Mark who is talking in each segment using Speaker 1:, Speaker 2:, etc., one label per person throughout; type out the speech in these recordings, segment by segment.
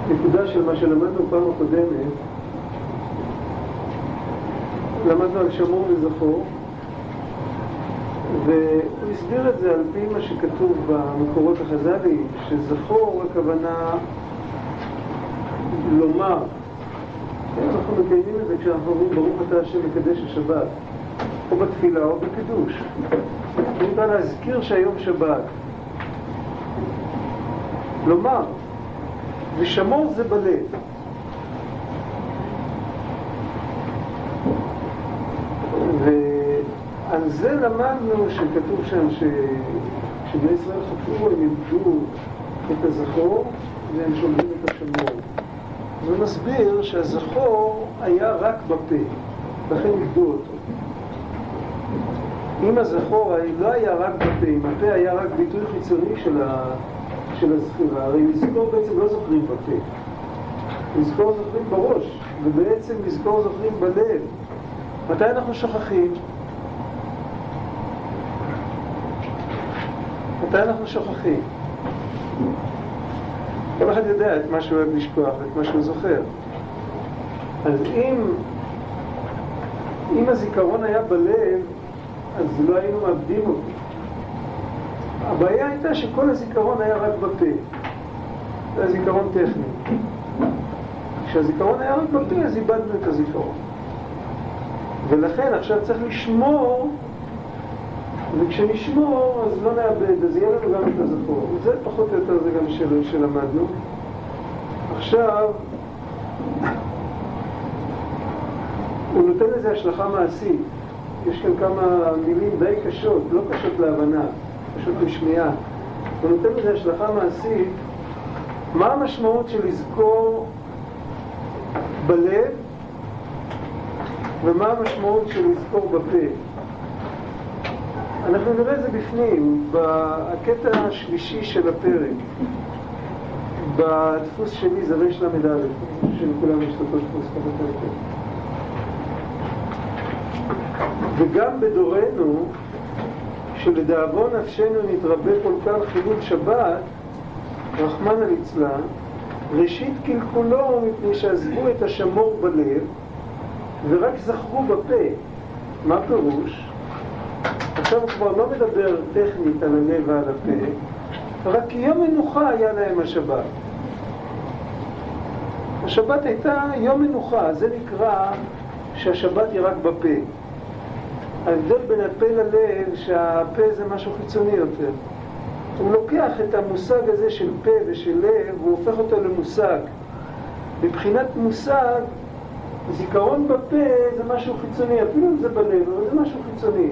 Speaker 1: נקודה של מה שלמדנו פעם הקודמת, למדנו על שמור וזכור, והוא הסביר את זה על פי מה שכתוב במקורות החז"ליים, שזכור הכוונה לומר. אנחנו מקיימים את זה כשאנחנו אומרים ברוך אתה השם מקדש השבת, או בתפילה או בקידוש. אני בא להזכיר שהיום שבת. לומר, ושמור זה בלב. ועל זה למדנו שכתוב שם שבני ישראל חטאו, הם איבדו את הזכור והם שומרים את השמור. ונסביר שהזכור היה רק בפה, לכן איבדו אותו. אם הזכור לא היה רק בפה, אם הפה היה רק ביטוי חיצוני של הזכירה, הרי לזכור בעצם לא זוכרים בפה. לזכור זוכרים בראש, ובעצם לזכור זוכרים בלב. מתי אנחנו שוכחים? מתי אנחנו שוכחים? כל אחד יודע את מה שהוא אוהב לשכוח ואת מה שהוא זוכר. אז אם הזיכרון היה בלב, אז לא היינו מאבדים אותו. הבעיה הייתה שכל הזיכרון היה רק בפה. זה הזיכרון טכני. כשהזיכרון היה רק בפה, אז איבדנו את הזיכרון. ולכן עכשיו צריך לשמור, וכשנשמור אז לא נאבד, אז יהיה לנו גם את הזכור. זה פחות או יותר זה גם שלמדנו. עכשיו, הוא נותן לזה השלכה מעשית. יש כאן כמה מילים די קשות, לא קשות להבנה, פשוט לשמיעה. הוא נותן לזה השלכה מעשית. מה המשמעות של לזכור בלב, ומה המשמעות של לזכור בפה? אנחנו נראה את זה בפנים, בקטע השלישי של הפרק. בדפוס שלי זה רש למד א', שלכולם יש אותו דפוס כזה. וגם בדורנו, שלדאבון נפשנו נתרבה כל כך חילול שבת, רחמנא ליצלן, ראשית קלקולו מפני שעזבו את השמור בלב ורק זכרו בפה. מה פירוש? עכשיו הוא כבר לא מדבר טכנית על הלב ועל הפה, רק יום מנוחה היה להם השבת. השבת הייתה יום מנוחה, זה נקרא שהשבת היא רק בפה. ההבדל בין הפה ללב, שהפה זה משהו חיצוני יותר. הוא לוקח את המושג הזה של פה ושל לב, הוא הופך אותו למושג. מבחינת מושג, זיכרון בפה זה משהו חיצוני, אפילו אם זה בלב, אבל זה משהו חיצוני.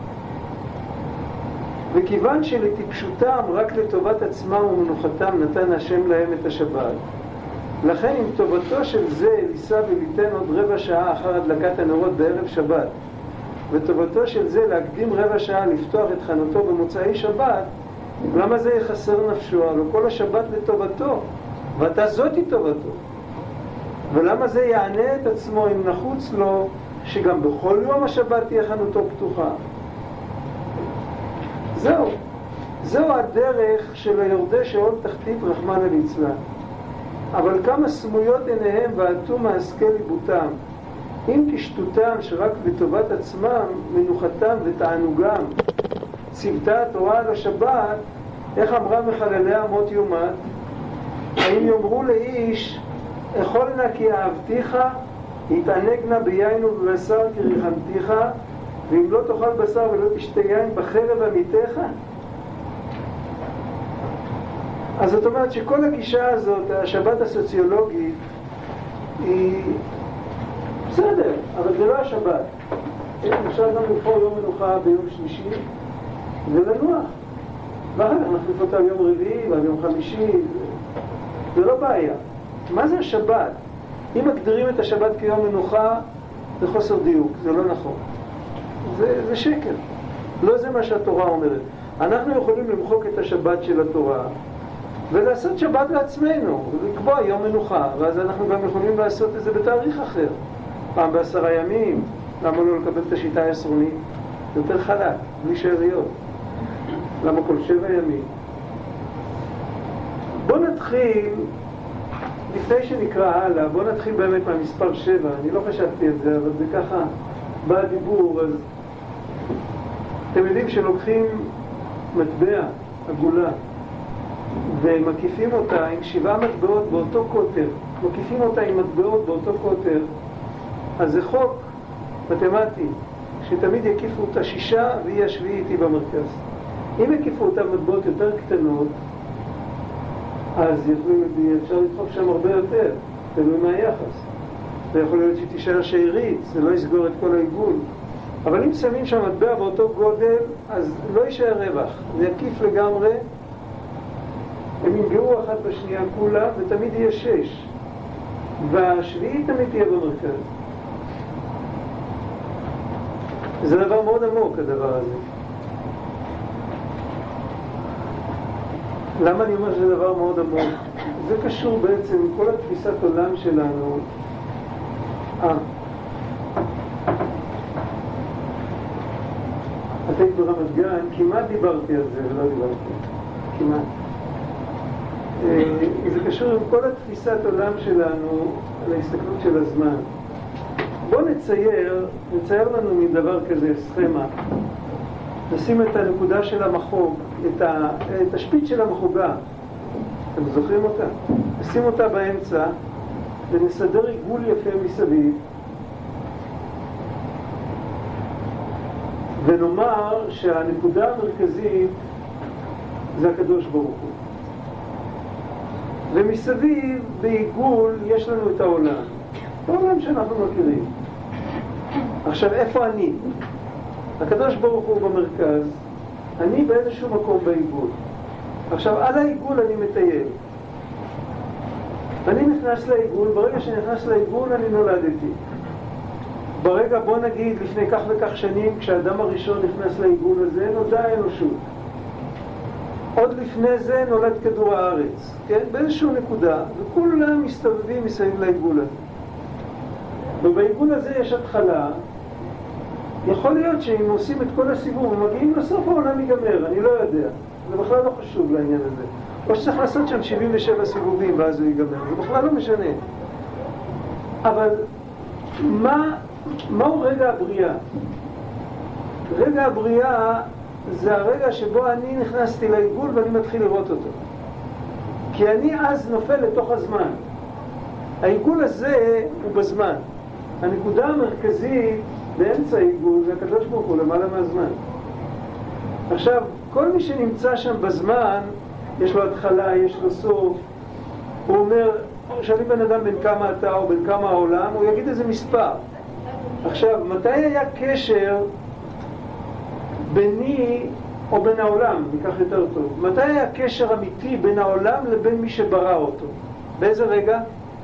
Speaker 1: וכיוון שלטיפשותם, רק לטובת עצמם ומנוחתם, נתן השם להם את השבת. לכן עם טובתו של זה, לישא וליתן עוד רבע שעה אחר הדלקת הנרות בערב שבת, וטובתו של זה להקדים רבע שעה לפתוח את חנותו במוצאי שבת, למה זה יחסר נפשו? הלוא כל השבת לטובתו, ואתה זאתי טובתו. ולמה זה יענה את עצמו אם נחוץ לו שגם בכל יום השבת תהיה חנותו פתוחה? זהו הדרך של היורדי שאול תחתית רחמנא ליצלן. אבל כמה סמויות עיניהם ועטו מהשכל ליבותם, אם כשטותם שרק בטובת עצמם, מנוחתם ותענוגם, ציוותה התורה על השבת, איך אמרה מחלליה מות יומת? האם יאמרו לאיש, אכול נא כי אהבתיך, יתענג נא ביין ובבשר כי ריחמתיך, ואם לא תאכל בשר ולא תשתה יין בחרב עמיתך? אז זאת אומרת שכל הגישה הזאת, השבת הסוציולוגית, היא בסדר, אבל זה לא השבת. אפשר גם לבחור יום מנוחה ביום שלישי ולנוח. ואחר כך נחליף אותה ביום רביעי וביום חמישי, זה לא בעיה. מה זה השבת? אם מגדירים את השבת כיום מנוחה, זה חוסר דיוק, זה לא נכון. זה שקר. לא זה מה שהתורה אומרת. אנחנו יכולים למחוק את השבת של התורה ולעשות שבת לעצמנו, ולקבוע יום מנוחה, ואז אנחנו גם יכולים לעשות את זה בתאריך אחר. פעם ב10 ימים, למה לא לקבל את השיטה העשרונית? יותר חלק, בלי שאריות. למה כל 7 ימים? בוא נתחיל לפני שנקרא הלאה, בואו נתחיל באמת מהמספר 7, אני לא חשבתי את זה, אבל זה ככה בא הדיבור. אז אתם יודעים שלוקחים מטבע, עגולה, ומקיפים אותה עם 7 מטבעות באותו קוטר, מקיפים אותה עם מטבעות באותו קוטר, אז זה חוק מתמטי, שתמיד יקיפו אותה 6 והיא השביעית היא במרכז. אם יקיפו אותה מטבעות יותר קטנות, אז אפשר לדחוף שם הרבה יותר, תלוי מה היחס. זה יכול להיות שתישאר שארית, זה לא יסגור את כל העיגול. אבל אם שמים שם מטבע באותו גודל, אז לא יישאר רווח. זה יקיף לגמרי, הם ינגעו אחת בשנייה כולה, ותמיד יהיה 6. והשביעית תמיד תהיה במרכז. זה דבר מאוד עמוק, הדבר הזה. למה אני אומר שזה דבר מאוד עמוק? זה קשור בעצם עם כל התפיסת עולם שלנו. את היית ברמת גן, כמעט דיברתי על זה ולא דיברתי. כמעט. זה קשור עם כל התפיסת עולם שלנו על ההסתכלות של הזמן. בואו נצייר לנו מדבר כזה, סכמה. נשים את הנקודה של המחוג, את השפיץ של המחוגה. אתם זוכרים אותה? נשים אותה באמצע ונסדר עיגול יפה מסביב. ונאמר שהנקודה המרכזית זה הקדוש ברוך הוא. ומסביב בעיגול יש לנו את העולם. העולם שאנחנו מכירים. עכשיו, איפה אני? הקדוש ברוך הוא במרכז, אני באיזשהו מקום בעיגול. עכשיו, על העיגול אני מטייל. אני נכנס לעיגול, ברגע שנכנס לעיגול אני נולדתי. ברגע, בוא נגיד, לפני כך וכך שנים, כשהאדם הראשון נכנס לעיגול הזה, נולדה האנושות. עוד לפני זה נולד כדור הארץ, כן? באיזשהו נקודה, וכולם מסתובבים מסביב לעיגול הזה. ובעיגול הזה יש התחלה. יכול להיות שאם עושים את כל הסיבוב ומגיעים לסוף העולם ייגמר, אני לא יודע. זה בכלל לא חשוב לעניין הזה. או שצריך לעשות שם 77 סיבובים ואז הוא ייגמר, זה בכלל לא משנה. אבל מהו רגע הבריאה? רגע הבריאה זה הרגע שבו אני נכנסתי לעיגול ואני מתחיל לראות אותו. כי אני אז נופל לתוך הזמן. העיגול הזה הוא בזמן. הנקודה המרכזית באמצע העיגול זה הקדוש ברוך הוא למעלה מהזמן. עכשיו, כל מי שנמצא שם בזמן, יש לו התחלה, יש לו סוף. הוא אומר, שאלי בן אדם בין כמה אתה או בין כמה העולם, הוא יגיד איזה מספר. עכשיו, מתי היה קשר ביני או בין העולם? ניקח יותר טוב. מתי היה קשר אמיתי בין העולם לבין מי שברא אותו? באיזה רגע?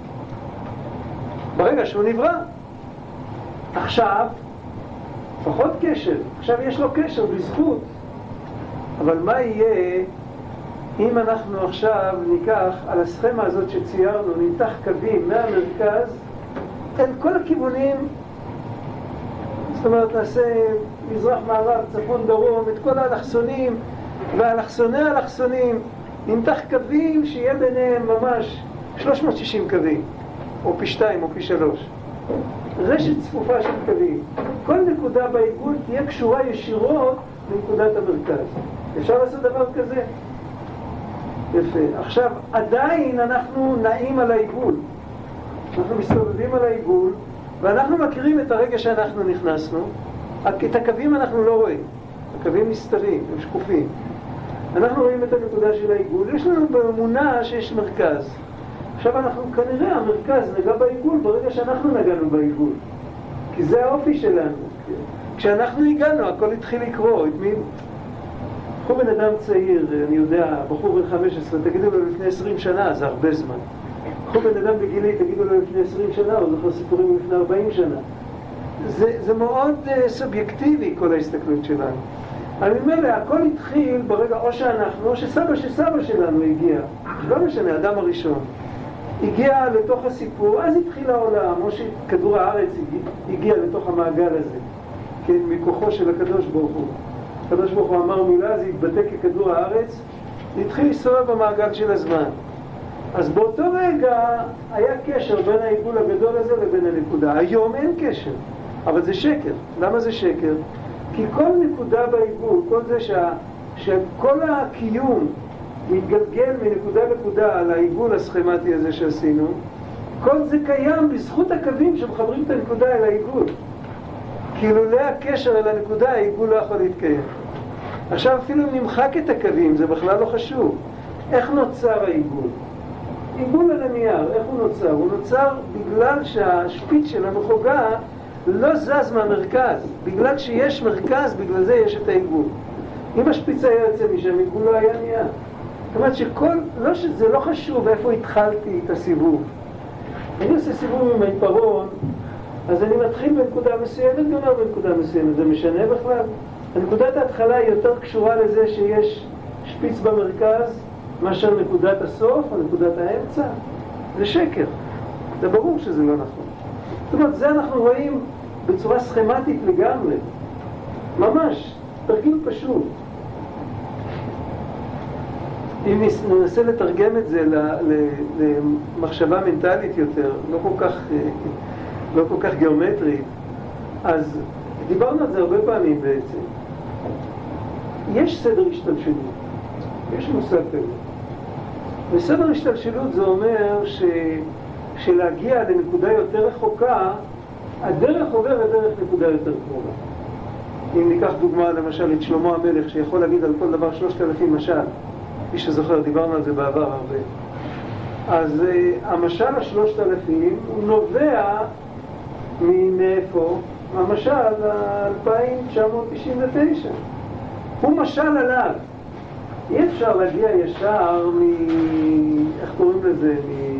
Speaker 1: ברגע שהוא נברא. עכשיו, פחות קשר. עכשיו יש לו קשר בזכות. אבל מה יהיה אם אנחנו עכשיו ניקח על הסכמה הזאת שציירנו, נמתח קווים מהמרכז אל כל הכיוונים, זאת אומרת נעשה מזרח מערב, צפון דרום, את כל האלכסונים והאלכסוני האלכסונים, נמתח קווים שיהיה ביניהם ממש 360 קווים, או פי 2 או פי 3. רשת צפופה של קווים. כל נקודה בעיגול תהיה קשורה ישירות לנקודת המרכז. אפשר לעשות דבר כזה? יפה. עכשיו, עדיין אנחנו נעים על העיגול. אנחנו מסתובבים על העיגול, ואנחנו מכירים את הרגע שאנחנו נכנסנו. את הקווים אנחנו לא רואים. הקווים נסתרים, הם שקופים. אנחנו רואים את הנקודה של העיגול. יש לנו באמונה שיש מרכז. עכשיו אנחנו כנראה, המרכז נגע בעיגול ברגע שאנחנו נגענו בעיגול. כי זה האופי שלנו. כשאנחנו הגענו, הכל התחיל לקרוא. קחו בן אדם צעיר, אני יודע, בחור בן 15, תגידו לו לפני 20 שנה, זה הרבה זמן. קחו בן אדם בגילי, תגידו לו לפני 20 שנה, או זוכר סיפורים לפני 40 שנה. זה מאוד סובייקטיבי, כל ההסתכלות שלנו. אבל ממילא, הכל התחיל ברגע או שאנחנו, או שסבא שלנו הגיע. לא משנה, האדם הראשון. הגיע לתוך הסיפור, אז התחיל העולם, או שכדור הארץ הגיע לתוך המעגל הזה. כן, מכוחו של הקדוש ברוך הוא. הקדוש ברוך הוא אמר מילה, זה התבטא ככדור הארץ, זה התחיל לנסוע במעגל של הזמן. אז באותו רגע היה קשר בין העיגול הגדול הזה לבין הנקודה. היום אין קשר, אבל זה שקר. למה זה שקר? כי כל נקודה בעיגול, כל זה שכל הקיום מתגלגל מנקודה לנקודה על העיגול הסכמטי הזה שעשינו, כל זה קיים בזכות הקווים שמחברים את הנקודה אל העיגול. כי לולא הקשר אל הנקודה, העיגול לא יכול להתקיים. עכשיו אפילו אם נמחק את הקווים, זה בכלל לא חשוב. איך נוצר העיגול? עיגול על הנייר, איך הוא נוצר? הוא נוצר בגלל שהשפיץ של המחוגה לא זז מהמרכז. בגלל שיש מרכז, בגלל זה יש את העיגול. אם השפיץ היה יוצא משם, עיגול לא היה נהיה. זאת אומרת שזה לא חשוב איפה התחלתי את הסיבוב. אני עושה סיבוב עם העיפרון, אז אני מתחיל בנקודה מסוימת, גומר בנקודה מסוימת. זה משנה בכלל? הנקודת ההתחלה היא יותר קשורה לזה שיש שפיץ במרכז, מאשר נקודת הסוף או נקודת האמצע. זה שקר. זה ברור שזה לא נכון. זאת אומרת, זה אנחנו רואים בצורה סכמטית לגמרי. ממש. תרגיל פשוט. אם ננסה לתרגם את זה למחשבה מנטלית יותר, לא כל כך גיאומטרית, אז דיברנו על זה הרבה פעמים בעצם. יש סדר השתלשלות. יש מושג כזה. וסדר השתלשלות זה אומר שלהגיע לנקודה יותר רחוקה, הדרך עוברת דרך נקודה יותר קרובה. אם ניקח דוגמה למשל את שלמה המלך שיכול להגיד על כל דבר 3,000 משל, מי שזוכר, דיברנו על זה בעבר הרבה. אז המשל ה-3,000 הוא נובע מאיפה? המשל ה-2999. הוא משל עליו. אי אפשר להגיע ישר איך קוראים לזה?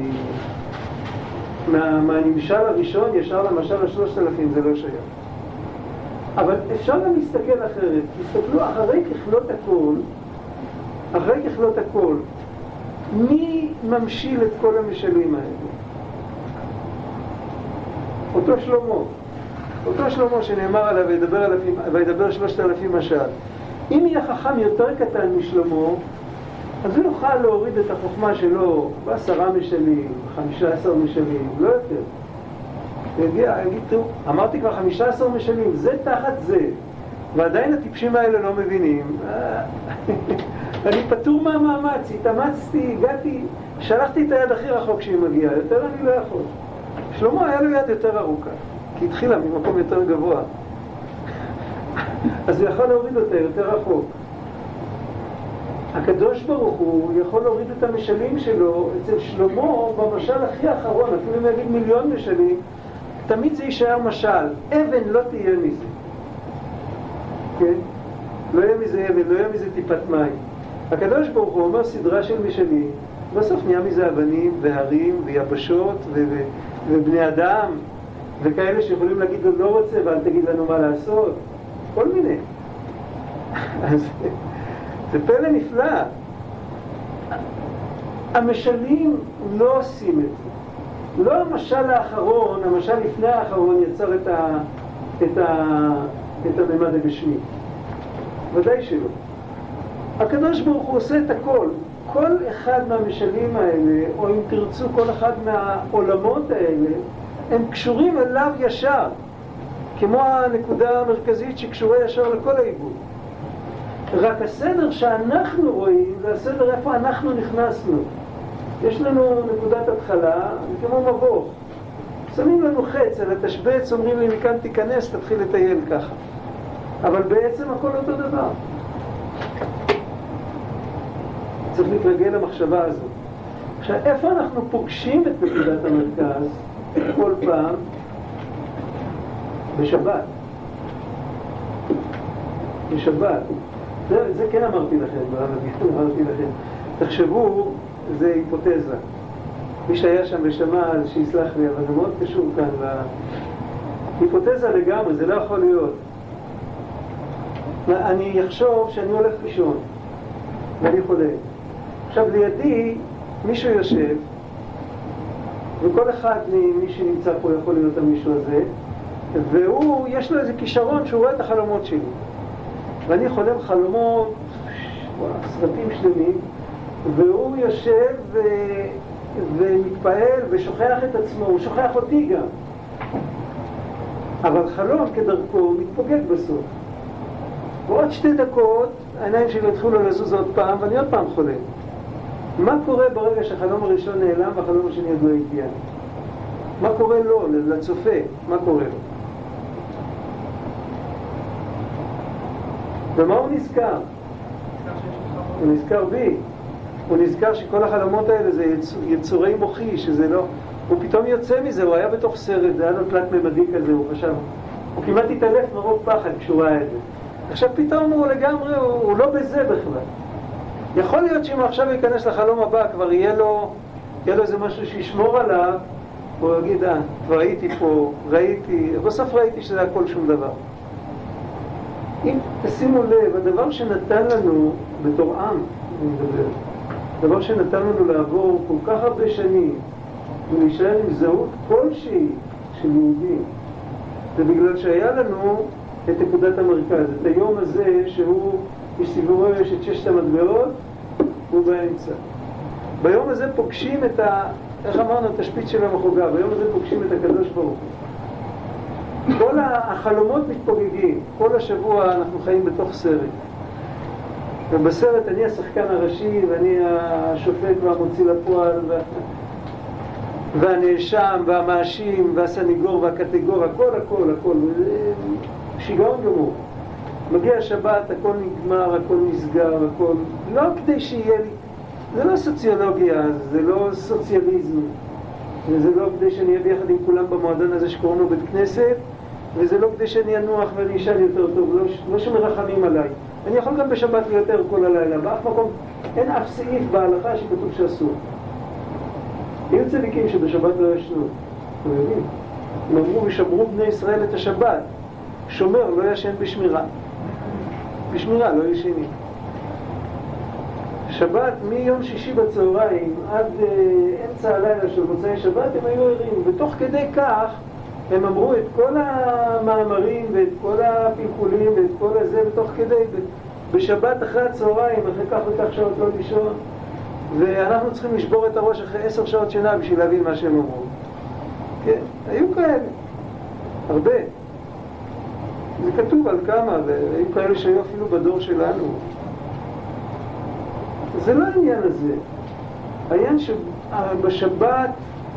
Speaker 1: מהנמשל הראשון ישר למשל ה-3,000, זה לא שייך. אבל אפשר גם להסתכל אחרת. תסתכלו אחרי ככלות הכל, מי ממשיל את כל המשלים האלה? אותו שלמה שנאמר עליו וידבר 3,000 משל. אם יהיה חכם יותר קטן משלמה, אז הוא יוכל להוריד את החוכמה שלו ב10 משלים, 15 משלים, לא יותר. יגיד, תראו, אמרתי כבר 15 משלים, זה תחת זה, ועדיין הטיפשים האלה לא מבינים. אני פטור מהמאמץ, התאמצתי, הגעתי, שלחתי את היד הכי רחוק שהיא מגיעה, יותר אני לא יכול. שלמה היה לו יד יותר ארוכה, כי התחילה ממקום יותר גבוה. אז הוא יכול להוריד אותה יותר רחוק. הקדוש ברוך הוא יכול להוריד את המשלים שלו אצל שלמה במשל הכי האחרון, אפילו אם יגיד מיליון משלים, תמיד זה יישאר משל. אבן לא תהיה מזה. כן? לא יהיה מזה אבן, לא יהיה מזה טיפת מים. הקדוש ברוך הוא אומר סדרה של משלים, בסוף נהיה מזה אבנים והרים ויבשות ובני אדם וכאלה שיכולים להגיד הוא לא רוצה ואל תגיד לנו מה לעשות. כל מיני. אז זה פלא נפלא. המשלים לא עושים את זה. לא המשל האחרון, המשל לפני האחרון יצר את הממד הגשמי. ודאי שלא. הקדוש ברוך הוא עושה את הכל. כל אחד מהמשלים האלה, או אם תרצו כל אחד מהעולמות האלה, הם קשורים אליו ישר. כמו הנקודה המרכזית שקשורה ישר לכל העיגול. רק הסדר שאנחנו רואים זה הסדר איפה אנחנו נכנסנו. יש לנו נקודת התחלה, כמו מבוך. שמים לנו חץ על התשבץ, אומרים לי מכאן תיכנס, תתחיל לטייל ככה. אבל בעצם הכל אותו דבר. צריך להתרגל למחשבה הזאת. עכשיו, איפה אנחנו פוגשים את נקודת המרכז כל פעם? בשבת. זה כן אמרתי לכם, תחשבו, זה היפותזה. מי שהיה שם ושמע, שיסלח לי, אבל זה מאוד קשור כאן. היפותזה לגמרי, זה לא יכול להיות. אני אחשוב שאני הולך לישון, ואני חולה. עכשיו לידי מישהו יושב, וכל אחד ממי שנמצא פה יכול להיות המישהו הזה, והוא, יש לו איזה כישרון שהוא רואה את החלומות שלי. ואני חולם חלומות, סרטים שלמים, והוא יושב ומתפעל ושוכח את עצמו, הוא שוכח אותי גם. אבל חלום כדרכו מתפוגג בסוף. ועוד 2 דקות, העיניים שלי התחילו לזוז עוד פעם, ואני עוד פעם חולם. מה קורה ברגע שהחלום הראשון נעלם והחלום השני עוד לא הגיע? מה קורה לו, לצופה? מה קורה לו? ומה הוא נזכר? הוא נזכר בי. הוא נזכר שכל החלומות האלה זה יצורי מוחי, שזה לא... הוא פתאום יוצא מזה, הוא היה בתוך סרט, זה היה לו תלת ממדי כזה, הוא חשב... הוא כמעט התעלף מרוב פחד כשהוא ראה את זה. עכשיו פתאום הוא לגמרי, הוא לא בזה בכלל. יכול להיות שאם עכשיו ייכנס לחלום הבא, כבר יהיה לו איזה משהו שישמור עליו, הוא יגיד, כבר הייתי פה, ראיתי, בסוף ראיתי שזה הכל שום דבר. אם תשימו לב, הדבר שנתן לנו, בתור עם, אני מדבר, הדבר שנתן לנו לעבור כל כך הרבה שנים, ולהישאר עם זהות כלשהי של יהודים, זה בגלל שהיה לנו את נקודת המרכז, את היום הזה שהוא מסביבו יש את 6 המטבעות, הוא באמצע. ביום הזה פוגשים את איך אמרנו, את השפיץ של המחוגה, ביום הזה פוגשים את הקדוש ברוך הוא. כל החלומות מתפוגגים, כל השבוע אנחנו חיים בתוך סרט. ובסרט אני השחקן הראשי, ואני השופט והמוציא לפועל, והנאשם והמאשים והסניגור והקטגור, הכל, שיגעון גמור. מגיע השבת, הכל נגמר, הכל נסגר, הכל... לא כדי שיהיה לי... זה לא סוציולוגיה, זה לא סוציאליזם, וזה לא כדי שאני אהיה ביחד עם כולם במועדון הזה שקוראים לו בית כנסת, וזה לא כדי שאני אנוח ואני אשן יותר טוב, לא שמרחמים עליי. אני יכול גם בשבת להיות ער כל הלילה, באף מקום אין אף סעיף בהלכה שכתוב שאסור. היו צדיקים שבשבת לא ישנו, אתם יודעים? הם אמרו ושמרו בני ישראל את השבת, שומר לא ישן בשמירה, לא ישני. שבת מיום שישי בצהריים עד אמצע הלילה של מוצאי שבת הם היו ערים, ותוך כדי כך הם אמרו את כל המאמרים ואת כל הפלפולים ואת כל הזה, ותוך כדי בשבת אחרי הצהריים, אחרי כך וכך שעות לא לישון, ואנחנו צריכים לשבור את הראש אחרי 10 שעות שינה בשביל להבין מה שהם אמרו. כן, היו כאלה, הרבה. זה כתוב על כמה, והיו כאלה שהיו אפילו בדור שלנו. זה לא העניין הזה. העניין שבשבת,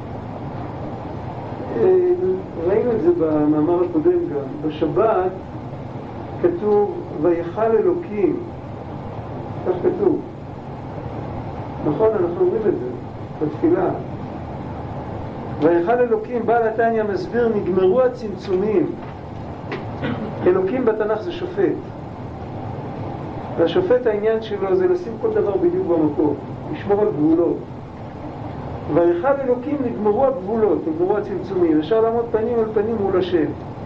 Speaker 1: ראינו את זה במאמר הקודם גם, בשבת כתוב ויכל אלוקים, כך כתוב. נכון, אנחנו אומרים את זה בתפילה. ויכל אלוקים, בעל התניא מסביר, נגמרו הצמצומים. אלוקים בתנ"ך זה שופט. והשופט העניין שלו זה לשים כל דבר בדיוק במקום, לשמור על גבולות. ויכל אלוקים, נגמרו הגבולות, נגמרו הצמצומים, אפשר לעמוד פנים על פנים מול השם.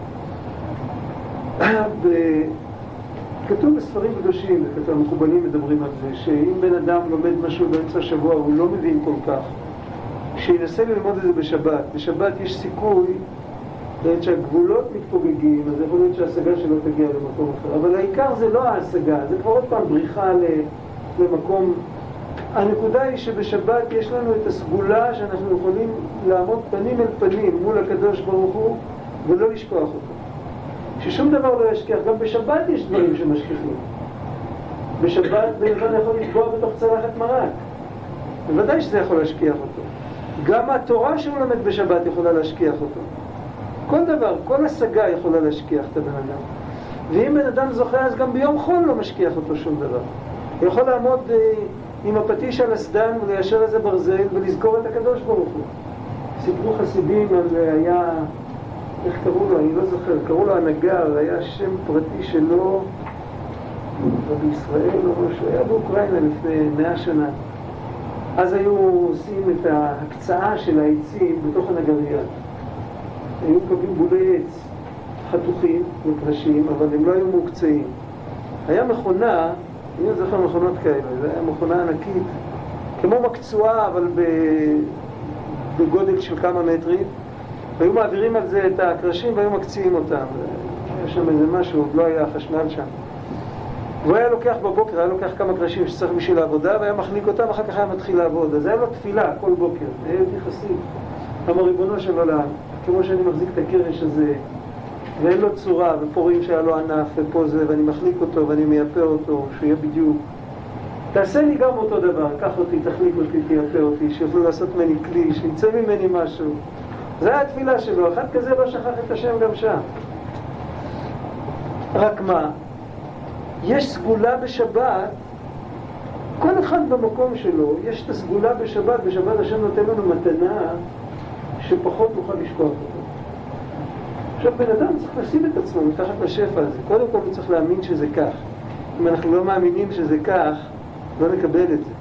Speaker 1: כתוב בספרים קדושים, המקובלים מדברים על זה, שאם בן אדם לומד משהו באמצע השבוע, הוא לא מבין כל כך. שינסה ללמוד את זה בשבת. בשבת יש סיכוי, שהגבולות מתפוגגים, אז יכול להיות שההשגה שלו תגיע למקום אחר. אבל העיקר זה לא ההשגה, זה כבר עוד פעם בריחה למקום. הנקודה היא שבשבת יש לנו את הסגולה שאנחנו יכולים לעמוד פנים אל פנים מול הקדוש ברוך הוא ולא לשכוח אותו. ששום דבר לא ישכח, גם בשבת יש דברים שמשכחים. בשבת בן אדם יכול לתבוע בתוך צלחת מרק. בוודאי שזה יכול להשכיח אותו. גם התורה שהוא לומד בשבת יכולה להשכיח אותו. כל דבר, כל השגה יכולה להשכיח את הבן אדם. ואם בן אדם זוכה, אז גם ביום חול לא משכיח אותו שום דבר. הוא יכול לעמוד עם הפטיש על הסדן וליישר איזה ברזל ולזכור את הקדוש ברוך הוא. סיפרו חסידים על היה, איך קראו לו, אני לא זוכר, קראו לו הנגר, היה שם פרטי שלו, בישראל או משהו, היה באוקראינה לפני 100 שנה. אז היו עושים את ההקצאה של העצים בתוך הנגריה. היו מקבלים בולי עץ חתוכים וקרשים, אבל הם לא היו מוקצעים. היה מכונה, אני לא זוכר מכונות כאלה, זה היה מכונה ענקית, כמו מקצועה, אבל בגודל של כמה מטרים. והיו מעבירים על זה את הקרשים והיו מקציעים אותם. היה שם איזה משהו, עוד לא היה חשמל שם. והוא היה לוקח בבוקר, היה לוקח כמה קרשים שצריך בשביל העבודה, והיה מחליק אותם, אחר כך היה מתחיל לעבוד. אז היה לו תפילה כל בוקר, היה אותי חסיד. אמר ריבונו של עולם, כמו שאני מחזיק את הקרש הזה, ואין לו צורה, ופה רואים שהיה לו ענף, ופה זה, ואני מחליק אותו, ואני מייפה אותו, שהוא יהיה בדיוק. תעשה לי גם אותו דבר, קח אותי, תחליק אותי, תייפה אותי, שיוכלו לעשות ממני כלי, שיצא ממני משהו. זה היה התפילה שלו, אחד כזה לא שכח את השם גם שם. רק מה? יש סגולה בשבת, כל אחד במקום שלו, יש את הסגולה בשבת, בשבת השם נותן לנו מתנה שפחות נוכל לשכוח אותו. עכשיו בן אדם צריך לשים את עצמו מתחת לשפע הזה, קודם כל הוא צריך להאמין שזה כך. אם אנחנו לא מאמינים שזה כך, לא נקבל את זה.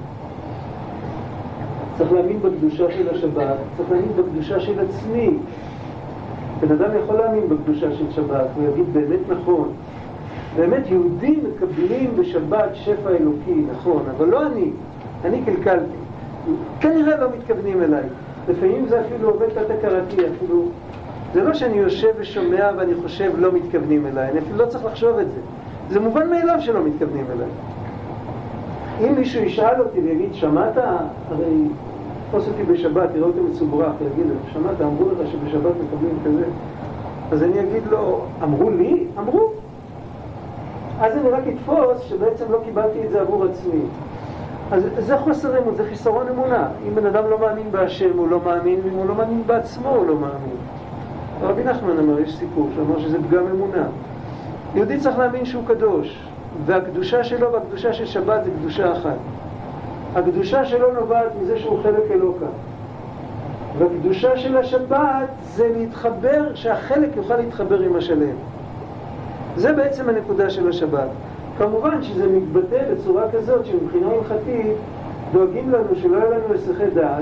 Speaker 1: צריך להאמין בקדושה של השבת, צריך להאמין בקדושה של עצמי. בן אדם יכול להאמין בקדושה של שבת, הוא יגיד באמת נכון. באמת יהודים מקבלים בשבת שפע אלוקי, נכון, אבל לא אני קלקלתי. כנראה לא מתכוונים אליי. לפעמים זה אפילו עובד תת-הכרתי, אפילו... זה לא שאני יושב ושומע ואני חושב לא מתכוונים אליי, אני אפילו לא צריך לחשוב את זה. זה מובן מאליו שלא מתכוונים אליי. אם מישהו ישאל אותי ויגיד, שמעת? הרי תפוס אותי בשבת, תראה אותי מצוברח, יגיד לו, שמעת? אמרו לך שבשבת מקבלים כזה. אז אני אגיד לו, אמרו לי? אמרו. אז אני רק אתפוס שבעצם לא קיבלתי את זה עבור עצמי. אז זה חוסר אמון, זה חיסרון אמונה. אם בן אדם לא מאמין בהשם, הוא לא מאמין, אם הוא לא מאמין בעצמו, הוא לא מאמין. רבי נחמן אמר, יש סיפור, שאמר שזה פגם אמונה. יהודי צריך להאמין שהוא קדוש, והקדושה שלו והקדושה של שבת זה קדושה אחת. הקדושה שלו נובעת מזה שהוא חלק אלוקה. והקדושה של השבת זה להתחבר, שהחלק יוכל להתחבר עם השלם. זה בעצם הנקודה של השבת. כמובן שזה מתבטא בצורה כזאת שמבחינה הלכתית דואגים לנו שלא יהיה לנו הסחי דעת.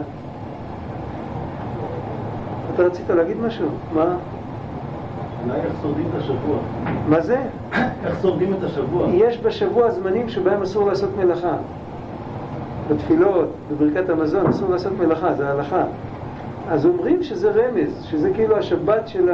Speaker 1: אתה רצית להגיד משהו? מה?
Speaker 2: אולי איך שורדים את השבוע?
Speaker 1: מה זה?
Speaker 2: איך שורדים את השבוע?
Speaker 1: יש בשבוע זמנים שבהם אסור לעשות מלאכה. בתפילות, בברכת המזון, אסור לעשות מלאכה, זה ההלכה. אז אומרים שזה רמז, שזה כאילו השבת של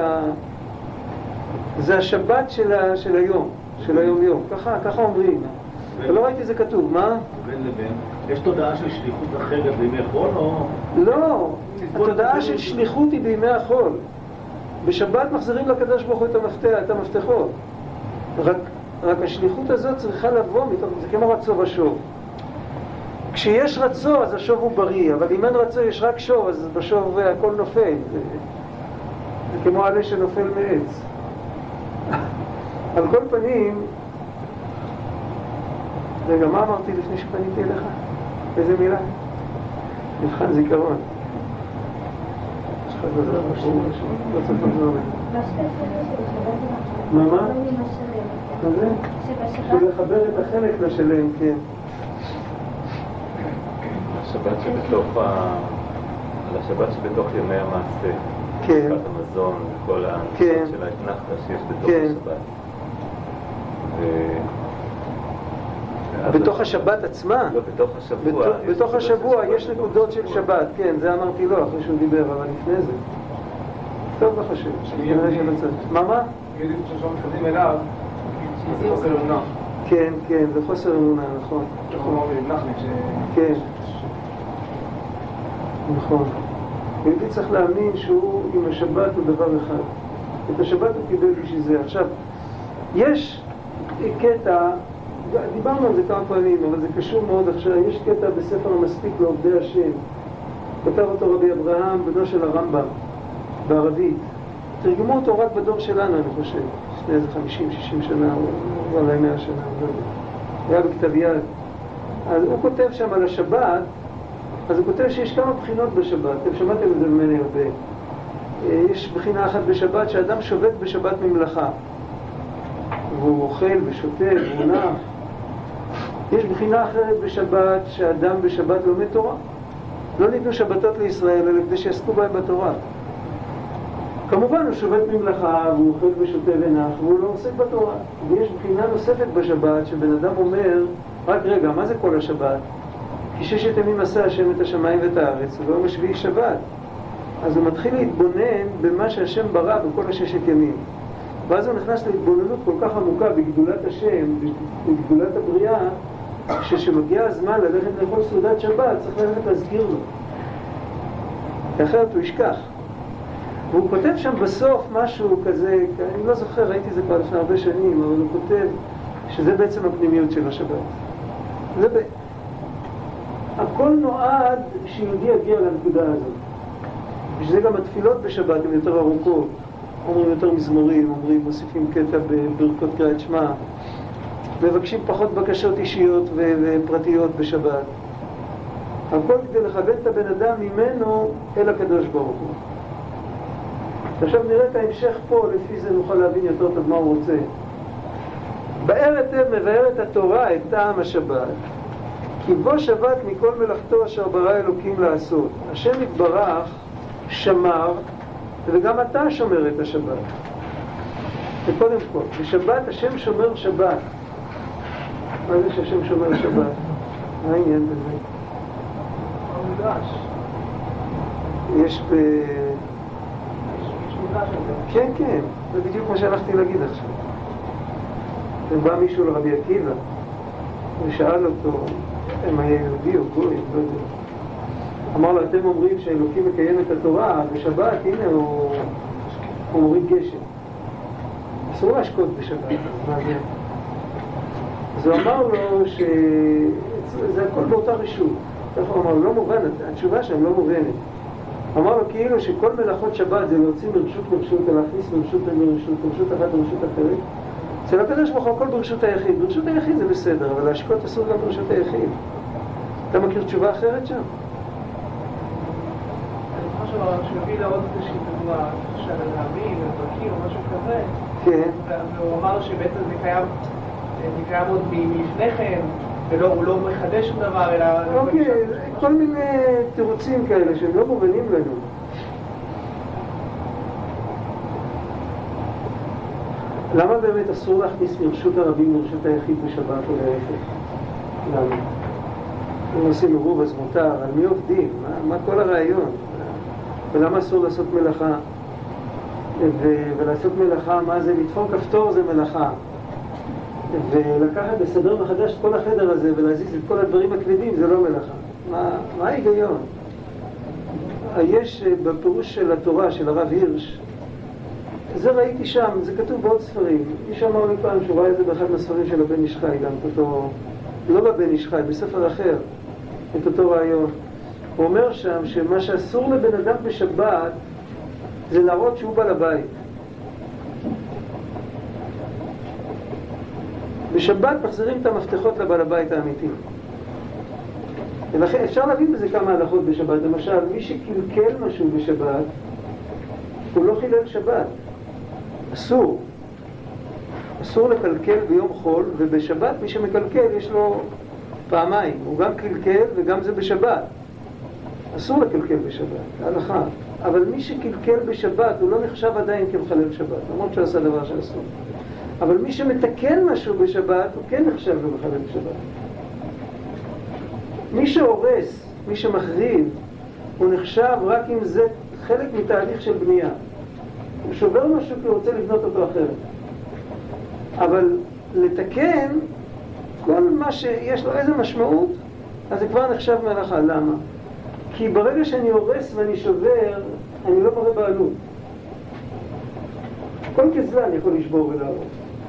Speaker 1: זה השבת של היום, של היום-יום. ככה אומרים. ולא ראיתי זה כתוב, מה?
Speaker 2: בין לבין. יש תודעה של שליחות אחרת בימי חול או...
Speaker 1: לא, התודעה של שליחות היא בימי החול. בשבת מחזירים לקדוש ברוך הוא את המפתחות. רק השליחות הזאת צריכה לבוא מתוך, זה כמו רצו ושוב. כשיש רצו אז השוב הוא בריא, אבל אם אין רצו יש רק שוב, אז בשוב הכל נופל. זה כמו עלה שנופל מעץ. על כל פנים, רגע, מה אמרתי לפני שפניתי אליך? איזה מילה? מבחן זיכרון. יש לך גזר משהו? לא צריך לחזור לזה. מה? מה זה? של לחבר את החלק לשלם, כן.
Speaker 3: השבת שבתוך ימי המעשה.
Speaker 1: כן.
Speaker 3: ברכת המזון וכל הנושא של האתנחתא שיש בתוך השבת.
Speaker 1: בתוך השבת עצמה?
Speaker 3: לא, בתוך השבוע.
Speaker 1: בתוך השבוע יש נקודות של שבת, כן, זה אמרתי לו אחרי שהוא דיבר, אבל לפני זה. טוב, לא חשוב. מה?
Speaker 2: יהודים ששום מתקדים אליו, זה חוסר אמונה.
Speaker 1: כן, זה חוסר אמונה, נכון.
Speaker 2: איך הוא אומר בנחמן ש...
Speaker 1: כן. נכון. יהודי צריך להאמין שהוא עם השבת הוא דבר אחד. את השבת הוא קיבל בשביל זה. עכשיו, יש קטע, דיברנו על זה כמה פעמים, אבל זה קשור מאוד עכשיו, יש קטע בספר המספיק לעובדי השם. כתב אותו רבי אברהם, בנו של הרמב"ם, בערבית. תרגמו אותו רק בדור שלנו, אני חושב. לפני איזה 50-60 שנה, או אולי 100 שנה, לא יודע. היה בכתב יד. אז הוא כותב שם על השבת, אז הוא כותב שיש כמה בחינות בשבת. אתם שמעתם את זה ממני הרבה. יש בחינה אחת בשבת שאדם שובת בשבת ממלאכה. והוא אוכל ושותה והוא נח. יש בחינה אחרת בשבת שאדם בשבת לומד תורה. לא ניתנו שבתות לישראל, אלא כדי שיעסקו בהם בתורה. כמובן הוא שובת ממלאכה והוא אוכל ושותה ונח והוא לא עוסק בתורה. ויש בחינה נוספת בשבת שבן אדם אומר, רק רגע, מה זה כל השבת? כי 6 ימים עשה השם את השמיים ואת הארץ, וביום השביעי שבת. אז הוא מתחיל להתבונן במה שהשם ברא בכל 6 ימים. ואז הוא נכנס להתבוננות כל כך עמוקה בגדולת השם, בגדולת הבריאה, שכשמגיע הזמן ללכת לאכול סעודת שבת, צריך ללכת להסגיר לו. אחרת הוא ישכח. והוא כותב שם בסוף משהו כזה, אני לא זוכר, ראיתי זה כבר לפני הרבה שנים, אבל הוא כותב שזה בעצם הפנימיות של השבת. הכל נועד שיהודי יגיע לנקודה הזאת. ושזה גם התפילות בשבת הן יותר ארוכות, אומרים יותר מזמורים, מוסיפים קטע בברכות קריאת שמע, מבקשים פחות בקשות אישיות ופרטיות בשבת. הכל כדי לכוון את הבן אדם ממנו אל הקדוש ברוך הוא. עכשיו נראה את ההמשך פה, לפי זה נוכל להבין יותר טוב מה הוא רוצה. באר היטב מבארת התורה את טעם השבת, כי בו שבת מכל מלאכתו אשר ברא אלוקים לעשות. השם יתברך שמר, וגם אתה שומר את השבת. וקודם כל, בשבת השם שומר שבת. מה זה שהשם שומר שבת? מה העניין בזה?
Speaker 4: המדרש.
Speaker 1: יש
Speaker 4: מדרש הזה.
Speaker 1: כן, כן, זה בדיוק מה שהלכתי להגיד עכשיו. ובא מישהו לרבי עקיבא, ושאל אותו, אם היה יהודי או גוי, לא יודע. אמר לו, אתם אומרים שהאלוקים מקיים את התורה, בשבת, הנה הוא מוריד גשם. אסור להשקות בשבת, אז מה זה? אז הוא אמר לו שזה הכל באותה רשות. ככה הוא אמר, לא מובן, התשובה שם לא מובנת. אמר לו כאילו שכל מלאכות שבת זה להוציא מרשות לרשות, להכניס מרשות אחת לרשות אחרת. אצל הקדוש ברוך הוא הכל ברשות היחיד. ברשות היחיד זה בסדר, אבל להשקות אסור גם ברשות היחיד. אתה מכיר תשובה אחרת שם?
Speaker 4: אני חושב שהוא הביא לעוד איזושהי דוגמה של להאמין, לבקיר או משהו כזה.
Speaker 1: כן.
Speaker 4: והוא אמר שבעצם זה קיים עוד מלפני כן, והוא לא מחדש שום דבר, אלא...
Speaker 1: אוקיי, כל מיני תירוצים כאלה שהם לא מובנים לנו. למה באמת אסור להכניס מרשות הרבים לרשות היחיד בשבת או להפך? למה? אם עושים עירוב אז מותר, על מי עובדים? מה כל הרעיון? ולמה אסור לעשות מלאכה? ולעשות מלאכה, מה זה? לתפור כפתור זה מלאכה. ולקחת, לסדר מחדש את כל החדר הזה ולהזיז את כל הדברים הכבדים זה לא מלאכה. מה ההיגיון? יש בפירוש של התורה של הרב הירש, זה ראיתי שם, זה כתוב בעוד ספרים. מישהו אמר לי פעם שהוא ראה את זה באחד מהספרים של הבן איש חי, גם אותו, לא בבן איש חי, בספר אחר, את אותו רעיון. הוא אומר שם שמה שאסור לבן אדם בשבת זה להראות שהוא בא לבית. בשבת מחזירים את המפתחות לבעל הבית האמיתי. ולכן אפשר להבין בזה כמה הלכות בשבת. למשל, מי שקלקל משהו בשבת, הוא לא חילל שבת. אסור. אסור לקלקל ביום חול, ובשבת מי שמקלקל יש לו פעמיים. הוא גם קלקל וגם זה בשבת. אסור לקלקל בשבת, הלכה. אבל מי שקלקל בשבת הוא לא נחשב עדיין כמחלל שבת, למרות שהוא עשה דבר שאסור. אבל מי שמתקן משהו בשבת הוא כן נחשב כמחלל שבת. מי שהורס, מי שמחריב, הוא נחשב רק אם זה חלק מתהליך של בנייה. הוא שובר משהו כי הוא רוצה לבנות אותו אחרת. אבל לתקן, כל מה שיש לו איזה משמעות, אז זה כבר נחשב מלאכה. למה? כי ברגע שאני הורס ואני שובר, אני לא מראה בעלות. כל כזלן יכול לשבור ולהרוס.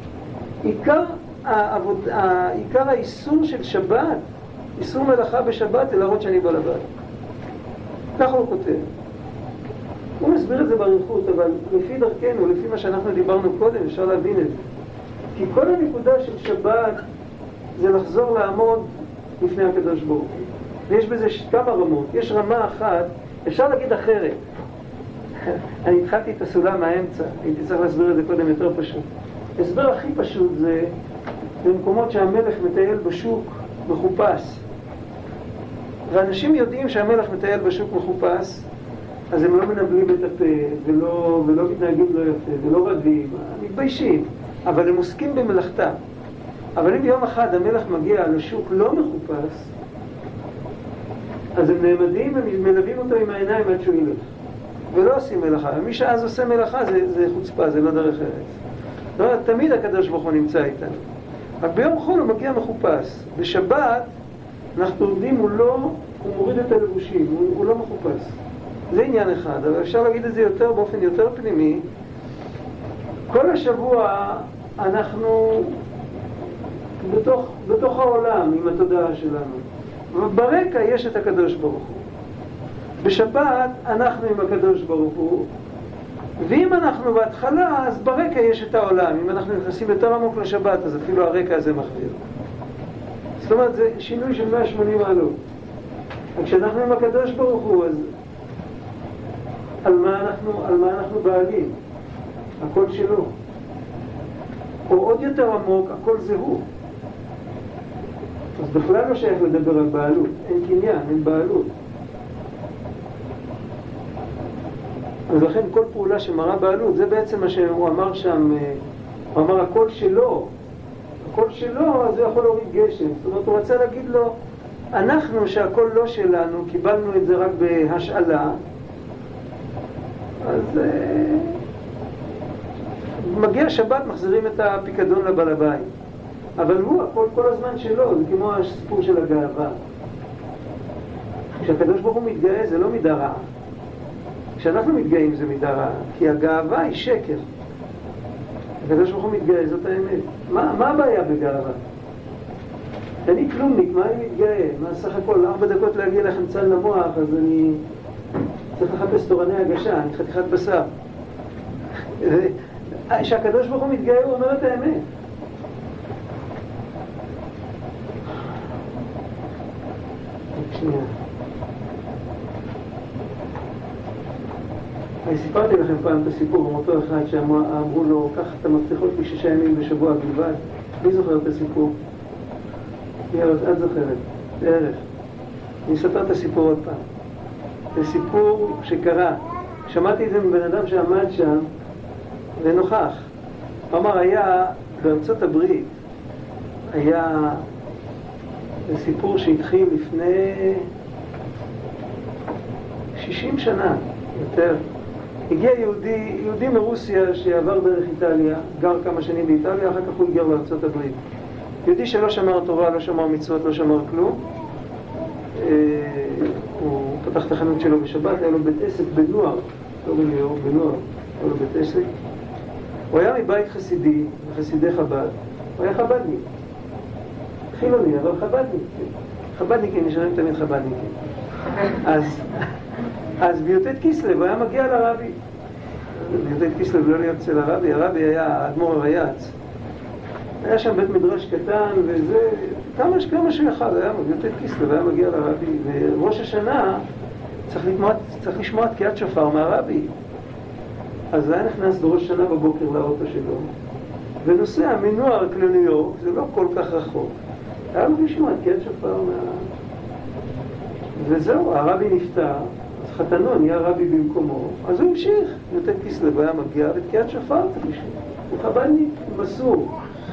Speaker 1: עיקר האיסור של שבת, איסור מלאכה בשבת, זה להראות שאני בא לבית. ככה הוא כותב. הוא מסביר את זה באריכות, אבל לפי דרכנו, לפי מה שאנחנו דיברנו קודם, אפשר להבין את זה. כי כל הנקודה של שבת זה לחזור לעמוד לפני הקדוש ברוך הוא. ויש בזה כמה רמות. יש רמה אחת, אפשר להגיד אחרת. אני התחלתי את הסולם מהאמצע, הייתי צריך להסביר את זה קודם יותר פשוט. הסבר הכי פשוט זה במקומות שהמלך מטייל בשוק מחופש. ואנשים יודעים שהמלך מטייל בשוק מחופש, אז הם לא מנבלים את הפה, ולא מתנהגים לא יפה, ולא רבים, מתביישים, אבל הם עוסקים במלאכתם. אבל אם יום אחד המלך מגיע לשוק לא מחופש, אז הם נעמדים ומלווים אותו עם העיניים עד שהוא ילך. ולא עושים מלאכה. ומי שאז עושה מלאכה זה חוצפה, זה לא דרך ארץ. זאת אומרת, תמיד הקדוש ברוך הוא נמצא איתנו. רק ביום חול הוא מגיע מחופש. בשבת אנחנו עומדים מולו, הוא מוריד את הלבושים, הוא לא מחופש. זה עניין אחד, אבל אפשר להגיד את זה יותר באופן יותר פנימי. כל השבוע אנחנו בתוך העולם עם התודעה שלנו. וברקע יש את הקדוש ברוך הוא. בשבת אנחנו עם הקדוש ברוך הוא, ואם אנחנו בהתחלה, אז ברקע יש את העולם. אם אנחנו נכנסים יותר עמוק לשבת, אז אפילו הרקע הזה מחביר. זאת אומרת, זה שינוי של 180 מעלות. כשאנחנו עם הקדוש ברוך הוא, אז על מה אנחנו בעלים? הכל שלו. או עוד יותר עמוק, הכל זה הוא. אז בכלל לא שייך לדבר על בעלות. אין קניין, אין בעלות. אז לכן כל פעולה שמראה בעלות, זה בעצם מה שהוא אמר שם, הוא אמר הכל שלו. הכל שלו, אז הוא יכול להוריד גשם. זאת אומרת, הוא רצה להגיד לו, אנחנו שהכל לא שלנו, קיבלנו את זה רק בהשאלה, אז מגיע שבת, מחזירים את הפיקדון לבעל הבית. אבל הוא, הכל כל הזמן שלו, זה כמו הסיפור של הגאווה. כשהקדוש ברוך הוא מתגאה, זה לא מידה רעה. כשאנחנו מתגאים זה מידה רעה, כי הגאווה היא שקר. הקדוש ברוך הוא מתגאה, זאת האמת. מה הבעיה בגאווה? אני כלומניק, מה אני מתגאה? מה סך הכל 4 דקות להגיע לחמצן למוח, אז אני צריך לחפש תורני הגשה, אני חתיכת בשר. כשהקדוש ברוך הוא מתגאה, הוא אומר את האמת. שנייה. אני סיפרתי לכם פעם את הסיפור עם אותו אחד שאמרו לו, קח את המפתחות ל6 ימים בשבוע בלבד. מי זוכר את הסיפור? את זוכרת, בערך. אני אספר את הסיפור עוד פעם. זה סיפור שקרה. שמעתי את זה מבן אדם שעמד שם ונוכח. הוא אמר, היה בארצות הברית, היה סיפור שהתחיל לפני 60 שנה, יותר. הגיע יהודי מרוסיה שעבר דרך איטליה, גר כמה שנים באיטליה, אחר כך הוא הגיע לארצות הברית. יהודי שלא שמר תורה, לא שמר מצוות, לא שמר כלום. הוא פתח את החנות שלו בשבת, היה לו בית עסק בנוער, לא בניו יורק, בנוער, היה לו בית עסק. הוא היה מבית חסידי, חסידי חב"ד, הוא היה חב"דניק. חילוני, אבל חב"דניק. חב"דניקים נשארים תמיד חב"דניקים. אז בי"ט כסלו הוא היה מגיע לרבי. בי"ט כסלו לא להיות אצל הרבי, הרבי היה האדמו"ר הריי"צ. היה שם בית מדרש קטן וזה, כמה שיחד היה בי"ט כסלו והיה מגיע לרבי. וראש השנה צריך לשמוע תקיעת שופר מהרבי. אז הוא היה נכנס בראש השנה בבוקר לאוטו שלו, ונוסע מנוערק לניו יורק, זה לא כל כך רחוק. היה לו לשמוע תקיעת שופר וזהו, הרבי נפטר, אז חתנו נהיה רבי במקומו, אז הוא המשיך, בי"ט כסלו היה מגיע ותקיעת שופר תמישהו. הוא חב"דניק, מסור.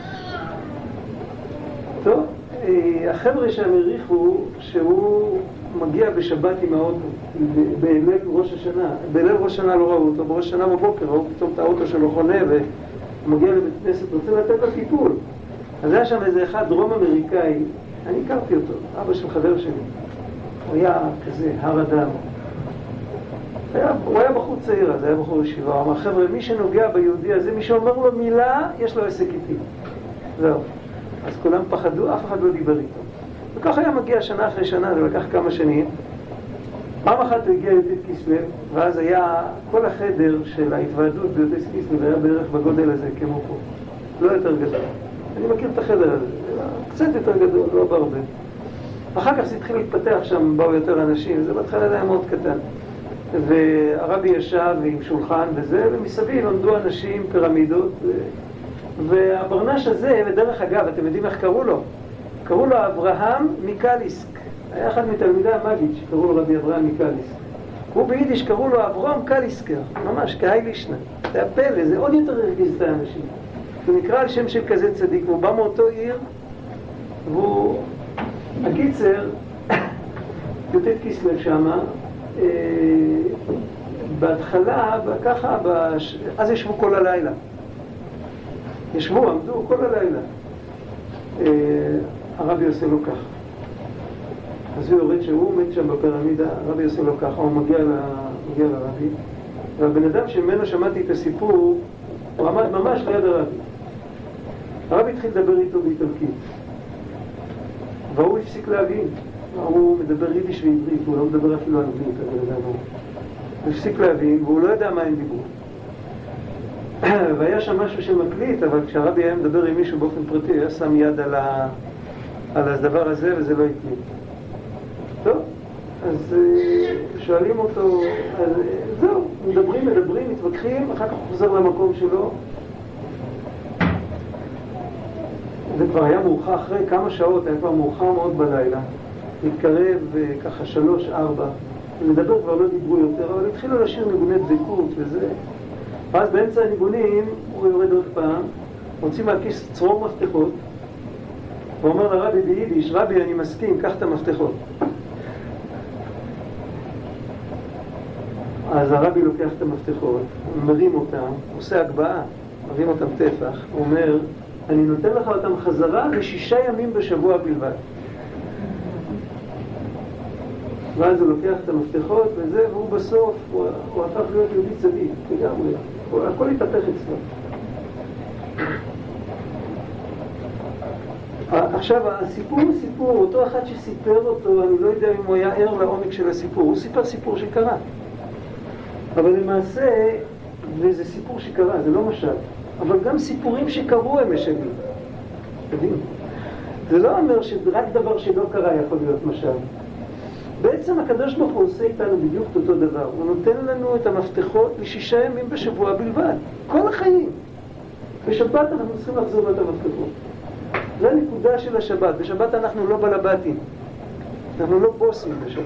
Speaker 1: טוב, החבר'ה שם העריכו שהוא מגיע בשבת עם האוטו, בליל ראש השנה. בליל ראש השנה לא ראו אותו, בראש השנה בבוקר ראו פתאום את האוטו שלו חונה ומגיע לבית כנסת, רוצה לתת לו טיפול. אז היה שם איזה אחד דרום אמריקאי, אני הכרתי אותו, אבא של חבר שלי. הוא היה כזה, הר אדם. הוא היה בחור צעיר, אז היה בחור ישיבה. הוא אמר, חבר'ה, מי שנוגע ביהודי הזה, מי שאומר לו מילה, יש לו עסק איתי. זהו. אז כולם פחדו, אף אחד לא דיבר איתו. וכך היה מגיע שנה אחרי שנה, זה לקח כמה שנים. פעם אחת הוא הגיע י"ט כסלו, ואז היה כל החדר של ההתוועדות בי"ט כסלו, והיה בערך בגודל הזה, כמו פה. לא יותר גדול. אני מכיר את החדר הזה, קצת יותר גדול, לא בהרבה. אחר כך זה התחיל להתפתח שם, באו יותר אנשים, זה בהתחלה היה מאוד קטן. והרבי ישב עם שולחן וזה, ומסביב עמדו אנשים, פירמידות, והברנש הזה, ודרך אגב, אתם יודעים איך קראו לו? קראו לו אברהם מקליסק. היה אחד מתלמידי המגיד שקראו לו רבי אברהם מקליסק. הוא ביידיש קראו לו אברהם קליסקר, ממש, כהי לישנה. זה הפלא, זה עוד יותר הרגיז את האנשים. הוא נקרא על שם של כזה צדיק, והוא בא מאותו עיר, והוא, הקיצר, י"ט כסלו שמה, בהתחלה, וככה, אז ישבו כל הלילה. ישבו, עמדו כל הלילה. הרבי עושה לו כך. אז הוא יורד שהוא עומד שם בפירמידה, הרבי עושה לו ככה, הוא מגיע לרבי, והבן אדם שממנו שמעתי את הסיפור, הוא עמד ממש ליד הרבי. הרבי התחיל לדבר איתו באיטלקית, והוא הפסיק להבין. הוא מדבר יידיש ועברית, הוא לא מדבר אפילו אנגלית, הוא הפסיק להבין, והוא לא ידע מה הם דיברו. והיה שם משהו שמקליט, אבל כשהרבי היה מדבר עם מישהו באופן פרטי, היה שם יד על הדבר הזה וזה לא הקליט. טוב, אז שואלים אותו, אז זהו, מדברים, מתווכחים, אחר כך הוא חוזר למקום שלו. זה כבר היה מאוחר, אחרי כמה שעות, היה כבר מאוחר מאוד בלילה. התקרב ככה 3-4, לדבר כבר לא דיברו יותר, אבל התחילו לשיר ניגוני דבקות וזה. ואז באמצע הניגונים הוא יורד עוד פעם, מוציא מהכיס צרור מפתחות, ואומר לרבי ביידיש, רבי אני מסכים, קח את המפתחות. אז הרבי לוקח את המפתחות, מרים אותם, עושה הגבהה, מרים אותם טפח, הוא אומר, אני נותן לך אותם חזרה ל6 ימים בשבוע בלבד. ואז הוא לוקח את המפתחות וזה, והוא בסוף, הוא הפך להיות יהודי צדיק, לגמרי, הכל התהפך אצלו. עכשיו, הסיפור הוא סיפור, אותו אחד שסיפר אותו, אני לא יודע אם הוא היה ער לעומק של הסיפור, הוא סיפר סיפור שקרה. אבל למעשה, וזה סיפור שקרה, זה לא משל, אבל גם סיפורים שקרו הם משלים. תבין? זה לא אומר שרק דבר שלא קרה יכול להיות משל. בעצם הקדוש ברוך הוא עושה איתנו בדיוק אותו דבר. הוא נותן לנו את המפתחות ל6 ימים בשבוע בלבד. כל החיים. בשבת אנחנו צריכים לחזור את המפתחות. זו הנקודה של השבת. בשבת אנחנו לא בלבטים. אנחנו לא בוסים בשבת.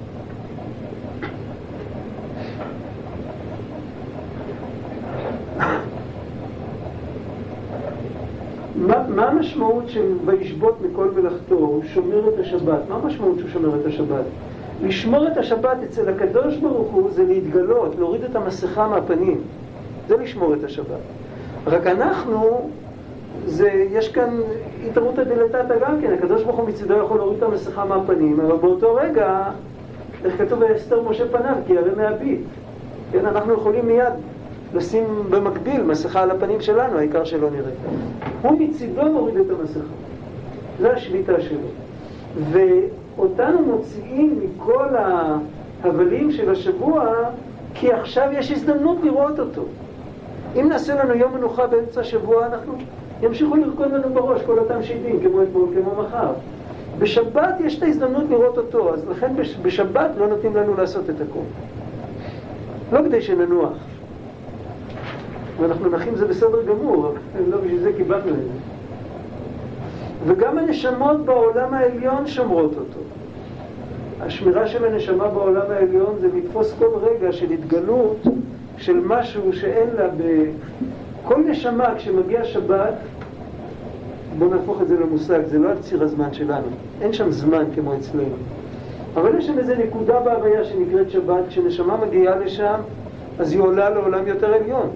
Speaker 1: מה המשמעות של וישבות מכל מלאכתו? הוא שומר את השבת. מה המשמעות שהוא שומר את השבת? לשמור את השבת אצל הקדוש ברוך הוא זה להתגלות, להוריד את המסכה מהפנים. זה לשמור את השבת. רק אנחנו, יש כאן התערותא דלתתא גם כן, הקדוש ברוך הוא מצידו יכול להוריד את המסכה מהפנים, אבל באותו רגע, איך כתוב באסתר משה פניו, כי הרי מהביט. כן, אנחנו יכולים מיד לשים במקביל מסכה על הפנים שלנו, העיקר שלא נראה. הוא מצידו מוריד את המסכה. זו השליטה שלו. ואותנו מוציאים מכל ההבלים של השבוע, כי עכשיו יש הזדמנות לראות אותו. אם נעשה לנו יום מנוחה באמצע השבוע, אנחנו ימשיכו לרקוד לנו בראש כל אותם שידים, כמו אתמול, כמו מחר. בשבת יש את ההזדמנות לראות אותו, אז לכן בשבת לא נותנים לנו לעשות את הכל. לא כדי שננוח. ואנחנו נחים זה בסדר גמור, לא בשביל זה קיבלנו את זה. וגם הנשמות בעולם העליון שומרות אותו. השמירה של הנשמה בעולם העליון זה לתפוס כל רגע של התגלות של משהו שאין לה כל נשמה כשמגיע שבת, בואו נהפוך את זה למושג, זה לא על ציר הזמן שלנו, אין שם זמן כמו אצלנו. אבל יש שם איזו נקודה בהוויה שנקראת שבת, כשנשמה מגיעה לשם, אז היא עולה לעולם יותר עליון.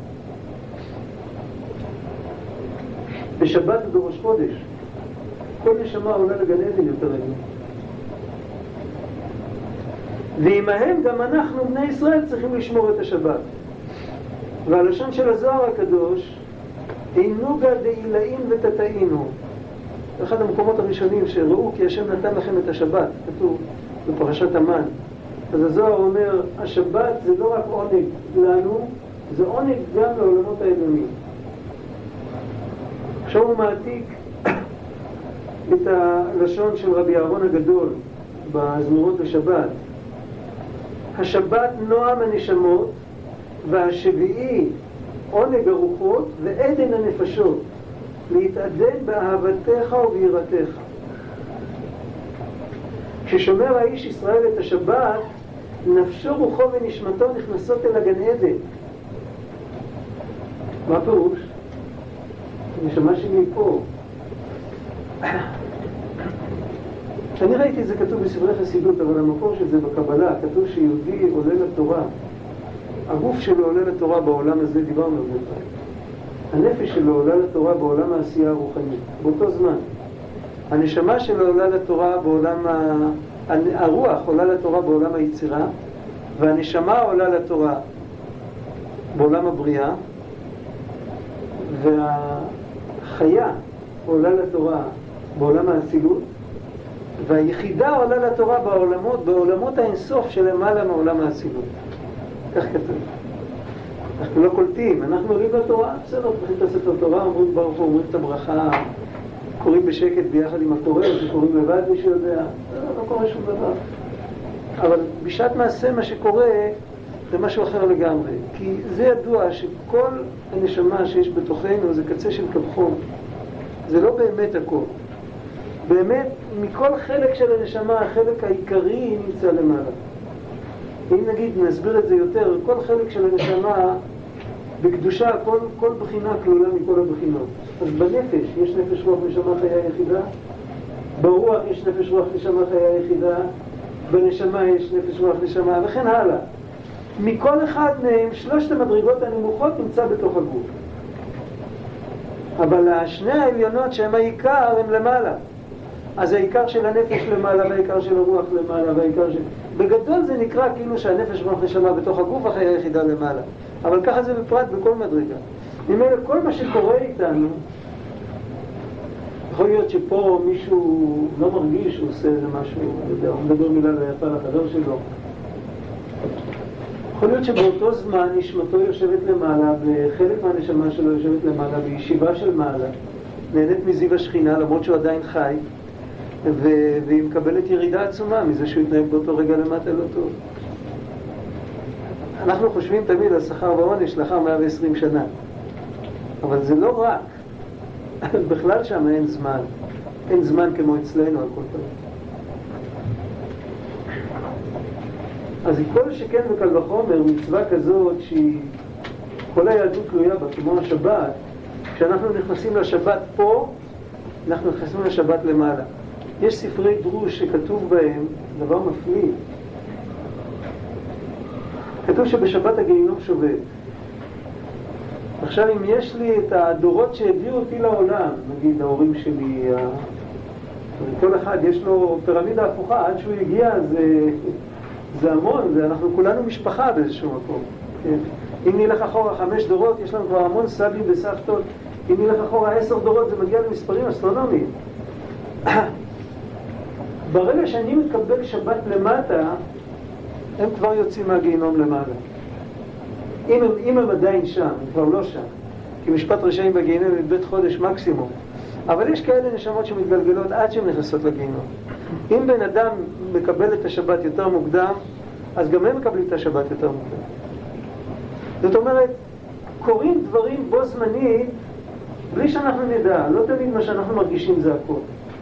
Speaker 1: בשבת ובראש חודש, כל נשמה עולה לגן עדן יותר עליון. ועמהם גם אנחנו, בני ישראל, צריכים לשמור את השבת. והלשון של הזוהר הקדוש, אינוגה דעילאים ותתאינו. אחד המקומות הראשונים שראו כי השם נתן לכם את השבת, כתוב בפרשת המן. אז הזוהר אומר, השבת זה לא רק עונג לנו, זה עונג גם לעולמות העליונים. עכשיו הוא מעתיק את הלשון של רבי אהרון הגדול בזמורות לשבת. השבת נועם הנשמות, והשביעי עונג הרוחות ועדן הנפשות, להתעדן באהבתך וביראתך. כששומר האיש ישראל את השבת, נפשו רוחו ונשמתו נכנסות אל הגן עדן. מה פירוש? הנשמה שלי פה. אני ראיתי את זה כתוב בספרי חסידות, אבל המקור של זה בקבלה, כתוב שיהודי עולה לתורה. הגוף שלו עולה לתורה בעולם הזה, דיברנו על זה. הנפש שלו עולה לתורה בעולם העשייה הרוחנית, באותו זמן. הנשמה שלו עולה לתורה בעולם הרוח עולה לתורה בעולם היצירה, והנשמה עולה לתורה בעולם הבריאה, והחיה עולה לתורה בעולם האצילות, והיחידה עולה לתורה בעולמות האינסוף שלמעלה מעולם האצילות. כך כתוב. אנחנו לא קולטים, אנחנו עולים לתורה, בסדר, פותחים את הספר תורה, אומרים ברוך הוא, אומרים את הברכה, קוראים בשקט ביחד עם הקורא, שקוראים לבד מי שיודע, לא קורה שום דבר. אבל בשעת מעשה מה שקורה זה משהו אחר לגמרי, כי זה ידוע שכל הנשמה שיש בתוכנו זה קצה של קרחון, זה לא באמת הכל. באמת, מכל חלק של הנשמה, החלק העיקרי נמצא למעלה. אם נגיד, נסביר את זה יותר, כל חלק של הנשמה בקדושה, כל בחינה כלולה מכל הבחינות. אז בנפש יש נפש רוח נשמה חיה יחידה, ברוח יש נפש רוח נשמה חיה יחידה, בנשמה יש נפש רוח נשמה, וכן הלאה. מכל אחד מהם, שלושת המדרגות הנמוכות נמצא בתוך הגוף. אבל השני העליונות שהם העיקר הם למעלה. אז העיקר של הנפש למעלה, והעיקר של הרוח למעלה, והעיקר של... בגדול זה נקרא כאילו שהנפש רוח נשמה בתוך הגוף החיה היחידה למעלה. אבל ככה זה בפרט בכל מדרגה. ממילא כל מה שקורה איתנו, יכול להיות שפה מישהו לא מרגיש שהוא עושה איזה משהו, הוא מדבר מילה לא יפה לחבר שלו. יכול להיות שבאותו זמן נשמתו יושבת למעלה, וחלק מהנשמה שלו יושבת למעלה, בישיבה של מעלה, נהנית מזיו השכינה למרות שהוא עדיין חי, והיא מקבלת ירידה עצומה מזה שהוא יתנהג באותו רגע למטה לא טוב. אנחנו חושבים תמיד על שכר ועונש לאחר 120 שנה, אבל זה לא רק. בכלל שם אין זמן. אין זמן כמו אצלנו על כל פעם. אז כל שכן וקל וחומר, מצווה כזאת שהיא כל היהדות תלויה בה, כמו השבת, כשאנחנו נכנסים לשבת פה, אנחנו נכנסים לשבת למעלה. יש ספרי דרוש שכתוב בהם דבר מפליא. כתוב שבשבת הגיהינום שובת. עכשיו אם יש לי את הדורות שהביאו אותי לעולם, נגיד ההורים שלי, כל אחד יש לו פירמידה הפוכה, עד שהוא הגיע זה המון, אנחנו כולנו משפחה באיזשהו מקום. כן? אם נלך אחורה 5 דורות, יש לנו כבר המון סבים וסבתות. אם נלך אחורה 10 דורות, זה מגיע למספרים אסטרונומיים. ברגע שאני מתקבל שבת למטה, הם כבר יוצאים מהגיהינום למעלה. אם הם עדיין שם, הם כבר לא שם. כי משפט רשעים בגיהינום הם בית חודש מקסימום. אבל יש כאלה נשמות שמתגלגלות עד שהן נכנסות לגיהינום. אם בן אדם מקבל את השבת יותר מוקדם, אז גם הם מקבלים את השבת יותר מוקדם. זאת אומרת, קוראים דברים בו זמנית, בלי שאנחנו נדע. לא תמיד מה שאנחנו מרגישים זה הכל.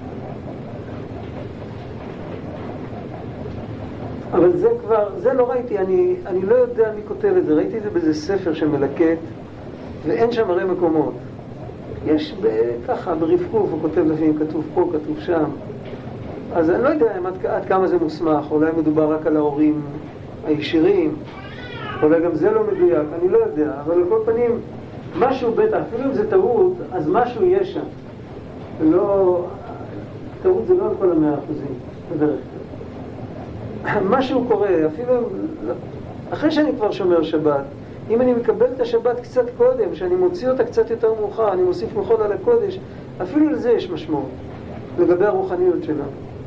Speaker 1: אבל זה כבר, זה לא ראיתי, אני לא יודע מי כותב את זה, ראיתי את זה באיזה ספר שמלקט, ואין שם הרי מקומות. יש ככה, ברפרוף, הוא כותב לפעמים, כתוב פה, כתוב שם. אז אני לא יודע עד כמה זה מוסמך, אולי מדובר רק על ההורים הישירים, אולי גם זה לא מדויק, אני לא יודע, אבל על כל פנים, משהו בטח, אפילו אם זה טעות, אז משהו יש שם. לא, טעות זה לא על כל 100%, בדרך כלל. משהו קורה, אפילו אחרי שאני כבר שומר שבת, אם אני מקבל את השבת קצת קודם, שאני מוציא אותה קצת יותר מאוחר, אני מוסיף מחול על הקודש, אפילו לזה יש משמעות, לגבי הרוחניות שלנו.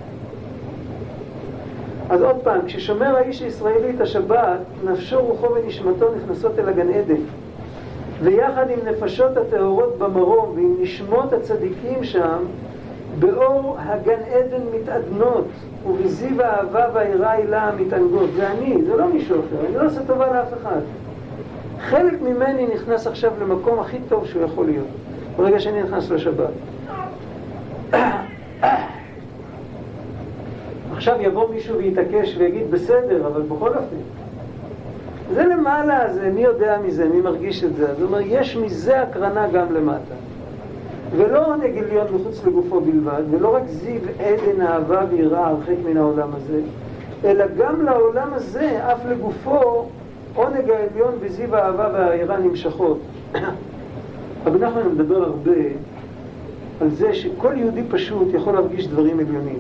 Speaker 1: אז עוד פעם, כששומר האיש הישראלי את השבת, נפשו, רוחו ונשמתו נכנסות אל הגן עדן. ויחד עם נפשות הטהורות במרום ועם נשמות הצדיקים שם, באור הגן עדן מתעדנות, ובזיו האהבה והיראה הילה מתענגות. זה אני, זה לא מישהו אחר, אני לא עושה טובה לאף אחד. חלק ממני נכנס עכשיו למקום הכי טוב שהוא יכול להיות, ברגע שאני נכנס לשבת. עכשיו יבוא מישהו ויתעקש ויגיד בסדר, אבל בכל אופן. זה למעלה, זה מי יודע מזה, מי מרגיש את זה. זאת אומרת, יש מזה הקרנה גם למטה. ולא עונג עליון מחוץ לגופו בלבד, ולא רק זיו עדן אהבה ויראה הרחק מן העולם הזה, אלא גם לעולם הזה, אף לגופו, עונג העליון וזיו האהבה והיראה נמשכות. רבי נחמן מדבר הרבה על זה שכל יהודי פשוט יכול להרגיש דברים עליונים.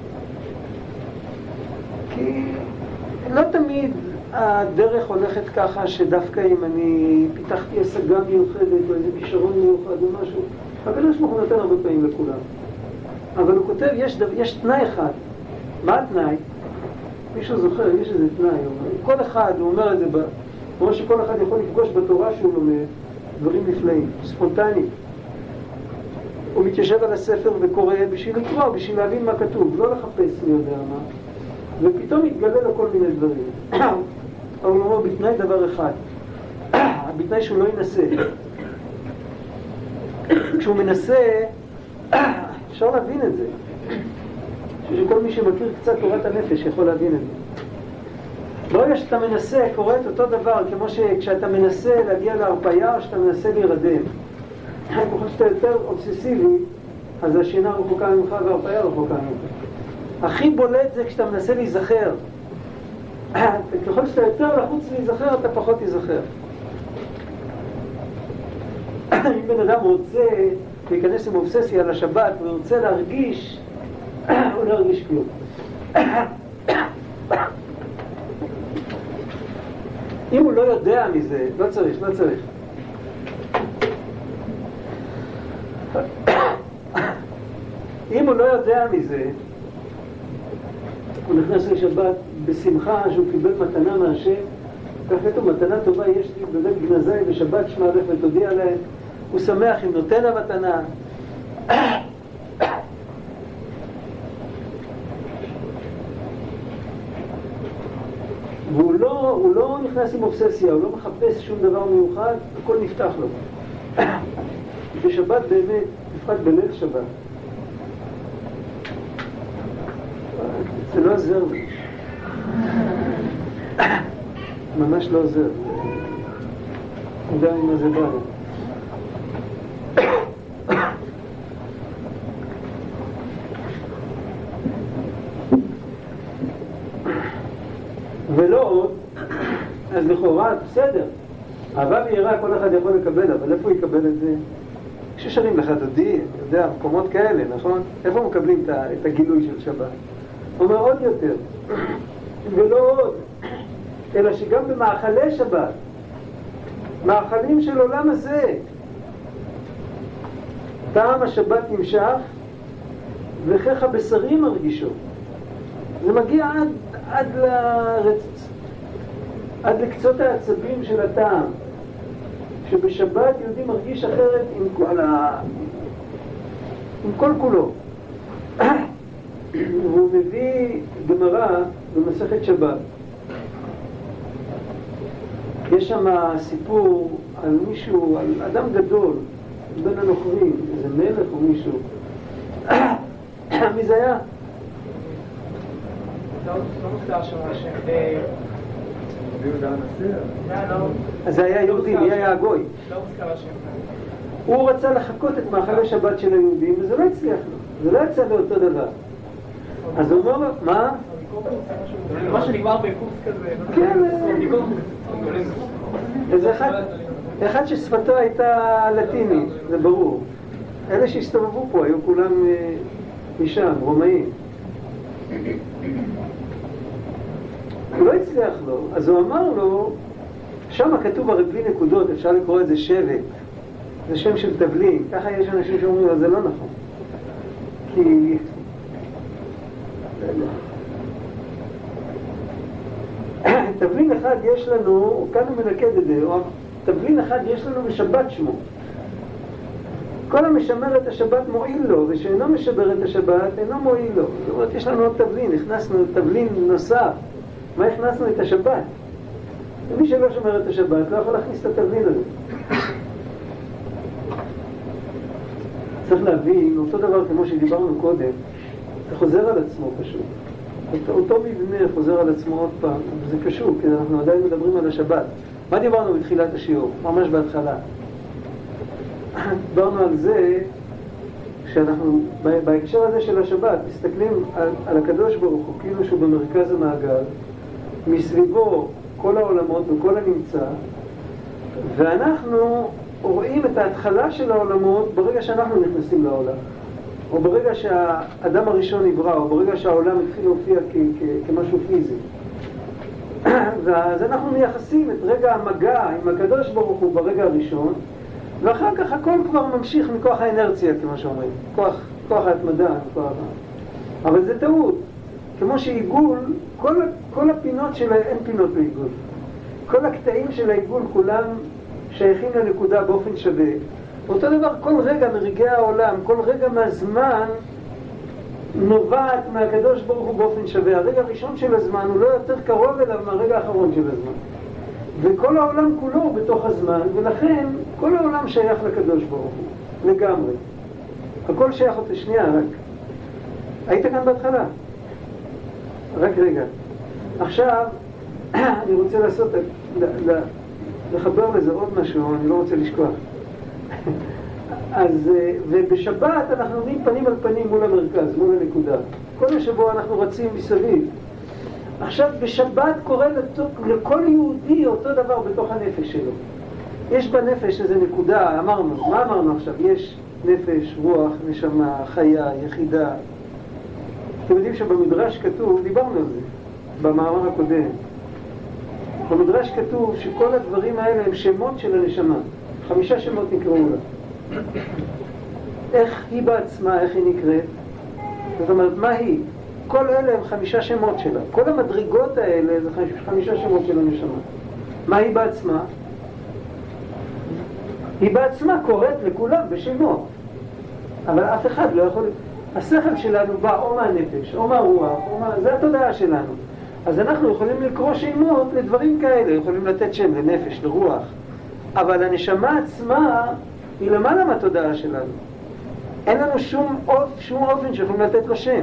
Speaker 1: כי לא תמיד הדרך הולכת ככה שדווקא אם אני פיתחתי השגה מיוחדת או איזה כישרון מיוחד או משהו, הקדוש ברוך הוא נותן הרבה פעמים לכולם. אבל הוא כותב, יש תנאי אחד. מה התנאי? מישהו זוכר, יש איזה תנאי. כל אחד, הוא אומר את זה, כמו שכל אחד יכול לפגוש בתורה שהוא לומד, דברים נפלאים, ספונטניים. הוא מתיישב על הספר וקורא בשביל לקרוא, בשביל להבין מה כתוב, לא לחפש מי יודע מה. ופתאום מתגלה לו כל מיני דברים. אבל הוא אומר, בתנאי דבר אחד. בתנאי שהוא לא ינסה. כשהוא מנסה, אפשר להבין את זה. שכל מי שמכיר קצת תורת הנפש יכול להבין את זה. ברגע שאתה מנסה, קורה את אותו דבר, כמו שכשאתה מנסה להגיע להרפאיה או שאתה מנסה להירדם. ככל שאתה יותר אובססיבי, אז השינה רחוקה ממך וההרפאיה רחוקה ממך. הכי בולט זה כשאתה מנסה להיזכר. ככל שאתה יותר לחוץ להיזכר, אתה פחות תיזכר. אם בן אדם רוצה להיכנס עם אובססיה על השבת ורוצה להרגיש, הוא לא ירגיש כלום. אם הוא לא יודע מזה, לא צריך. אם הוא לא יודע מזה, הוא נכנס לשבת בשמחה שהוא קיבל מתנה מהשם, כך כתוב, מתנה טובה יש לי בבית גנזי בשבת שמע לך ותודיע להם, הוא שמח אם נותן המתנה. והוא לא נכנס עם אובססיה, הוא לא מחפש שום דבר מיוחד, הכל נפתח לו. בשבת באמת, בפרט בליל שבת. זה לא עוזר לי. ממש לא עוזר. אני יודע ממה זה בא. ולא עוד, אז לכאורה, בסדר. אהבה ויראה כל אחד יכול לקבל, אבל איפה הוא יקבל את זה? כששרים לך דודי, אני יודע, מקומות כאלה, נכון? איפה מקבלים את הגילוי של שבת? הוא אומר עוד יותר, ולא עוד, אלא שגם במאכלי שבת, מאכלים של עולם הזה, טעם השבת נמשך, וכך הבשרים מרגישו. זה מגיע עד לקצות העצבים של הטעם. שבשבת יהודי מרגיש אחרת עם כל כולו. והוא מביא גמרא במסכת שבת. יש שם סיפור על מישהו, על אדם גדול, בין הנוכרים, איזה מלך או מישהו. מי זה היה?
Speaker 4: לא מוזכר שם השם.
Speaker 1: אז זה היה יהודי, מי היה הגוי?
Speaker 4: לא מוזכר השם.
Speaker 1: הוא רצה לחכות את מאכלי שבת של היהודים, וזה לא הצליח לו. זה לא יצא לאותו דבר. אז הוא אומר לו, מה?
Speaker 4: מה שנגמר בקורס כזה.
Speaker 1: כן. איזה אחד ששפתו הייתה לטינית, זה ברור. אלה שהסתובבו פה היו כולם משם, רומאים. הוא לא הצליח לו, אז הוא אמר לו, שם כתוב הרי בלי נקודות, אפשר לקרוא את זה שבט. זה שם של תבלין, ככה יש אנשים שאומרים, אבל זה לא נכון. כי... תבלין אחד יש לנו, כאן הוא מנקד את זה, תבלין אחד יש לנו בשבת שמו. כל המשמר את השבת מועיל לו, ושאינו משבר את השבת אינו מועיל לו. זאת אומרת, יש לנו עוד תבלין, הכנסנו תבלין נוסף. מה הכנסנו את השבת? ומי שלא שומר את השבת לא יכול להכניס את התבלין הזה. צריך להבין, אותו דבר כמו שדיברנו קודם, זה חוזר על עצמו פשוט. אותו מבנה חוזר על עצמו עוד פעם, וזה קשור, כי אנחנו עדיין מדברים על השבת. מה דיברנו בתחילת השיעור? ממש בהתחלה. דיברנו על זה שאנחנו, בהקשר הזה של השבת, מסתכלים על הקדוש ברוך הוא, כאילו שהוא במרכז המעגל, מסביבו כל העולמות וכל הנמצא, ואנחנו רואים את ההתחלה של העולמות ברגע שאנחנו נכנסים לעולם. או ברגע שהאדם הראשון נברא, או ברגע שהעולם התחיל להופיע כמשהו פיזי. ואז אנחנו מייחסים את רגע המגע עם הקדוש ברוך הוא ברגע הראשון, ואחר כך הכל כבר ממשיך מכוח האנרציה, כמו שאומרים. כוח ההתמדה, אבל זה טעות. כמו שעיגול, כל הפינות שלה, אין פינות לעיגול. כל הקטעים של העיגול כולם שייכים לנקודה באופן שווה. אותו דבר, כל רגע מרגעי העולם, כל רגע מהזמן נובעת מהקדוש ברוך הוא באופן שווה. הרגע הראשון של הזמן הוא לא יותר קרוב אליו מהרגע האחרון של הזמן. וכל העולם כולו הוא בתוך הזמן, ולכן כל העולם שייך לקדוש ברוך הוא, לגמרי. הכל שייך אותה שנייה, רק. היית כאן בהתחלה? רק רגע. עכשיו, אני רוצה לחבר לזה עוד משהו, אני לא רוצה לשכוח. אז, ובשבת אנחנו עומדים פנים על פנים מול המרכז, מול הנקודה. כל השבוע אנחנו רצים מסביב. עכשיו, בשבת קורה לכל יהודי אותו דבר בתוך הנפש שלו. יש בנפש איזו נקודה, אמרנו, מה אמרנו עכשיו? יש נפש, רוח, נשמה, חיה, יחידה. אתם יודעים שבמדרש כתוב, דיברנו על זה, במאמר הקודם. במדרש כתוב שכל הדברים האלה הם שמות של הנשמה. 5 שמות נקראו לה. איך היא בעצמה, איך היא נקראת? זאת אומרת, מה היא? כל אלה הם 5 שמות שלה. כל המדרגות האלה זה 5 שמות של הנשמה. מה היא בעצמה? היא בעצמה קוראת לכולם בשמות. אבל אף אחד לא יכול... השכל שלנו בא או מהנפש, או מהרוח, זה התודעה שלנו. אז אנחנו יכולים לקרוא שמות לדברים כאלה, יכולים לתת שם לנפש, לרוח. אבל הנשמה עצמה היא למעלה מהתודעה שלנו. אין לנו שום אופן שיכולים לתת לו שם.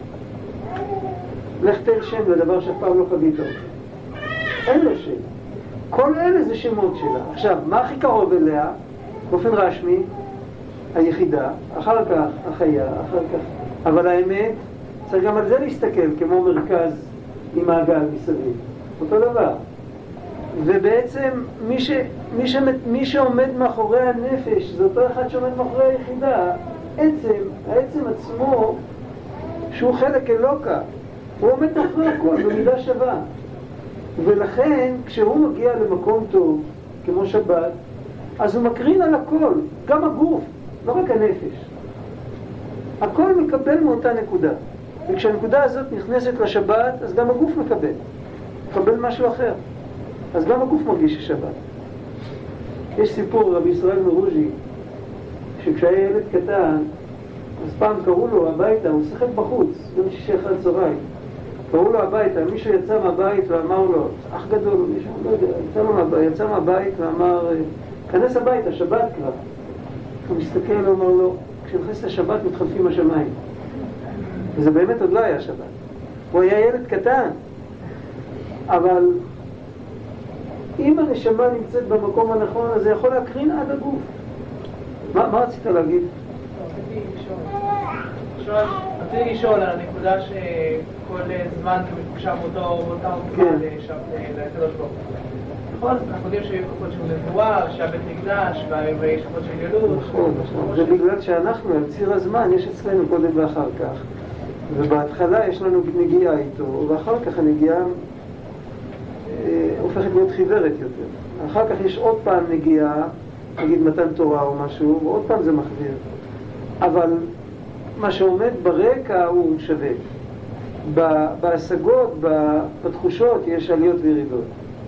Speaker 1: לך תן שם לדבר שאף פעם לא חווית אותו. אין לו שם. כל אלה זה שמות שלה. עכשיו, מה הכי קרוב אליה? באופן רשמי, היחידה, אחר כך החיה, אחר כך. אבל האמת, צריך גם על זה להסתכל, כמו מרכז עם מעגל מסביב. אותו דבר. ובעצם מי שעומד מאחורי הנפש, זה אותו אחד שעומד מאחורי היחידה. העצם עצמו, שהוא חלק אלוקה, הוא עומד מאחורי הכל במידה שווה. ולכן, כשהוא מגיע למקום טוב, כמו שבת, אז הוא מקרין על הכל, גם הגוף, לא רק הנפש. הכל מקבל מאותה נקודה. וכשהנקודה הזאת נכנסת לשבת, אז גם הגוף מקבל משהו אחר. אז גם הגוף מרגיש השבת. יש סיפור רבי ישראל מרוז'י, שכשהיה ילד קטן, אז פעם קראו לו הביתה, הוא שיחק בחוץ, גם שישי אחר צהריים. קראו לו הביתה, מישהו יצא מהבית ואמר לו, אח גדול, מישהו, לא יודע, יצא מהבית ואמר, כנס הביתה, שבת כבר. הוא מסתכל ואומר לו, כשנכנס לשבת מתחלפים השמיים. וזה באמת עוד לא היה שבת. הוא היה ילד קטן. אבל אם הנשמה נמצאת במקום הנכון, אז זה יכול להקרין עד הגוף. מה רצית להגיד?
Speaker 4: רציתי לשאול על הנקודה שכל זמן כמקושר באותה מקום לקדוש ברוך הוא. נכון, אנחנו יודעים שהיו תקופות שהוא מבואר, שהבית מקדש, ויש תקופות של גלות.
Speaker 1: נכון, זה בגלל שאנחנו, על ציר הזמן, יש אצלנו קודם ואחר כך. ובהתחלה יש לנו נגיעה איתו, ואחר כך הנגיעה הופכת להיות חיוורת יותר. אחר כך יש עוד פעם נגיעה, נגיד מתן תורה או משהו, ועוד פעם זה מחוויר. אבל מה שעומד ברקע הוא שווה. בהשגות, בתחושות, יש עליות וירידות.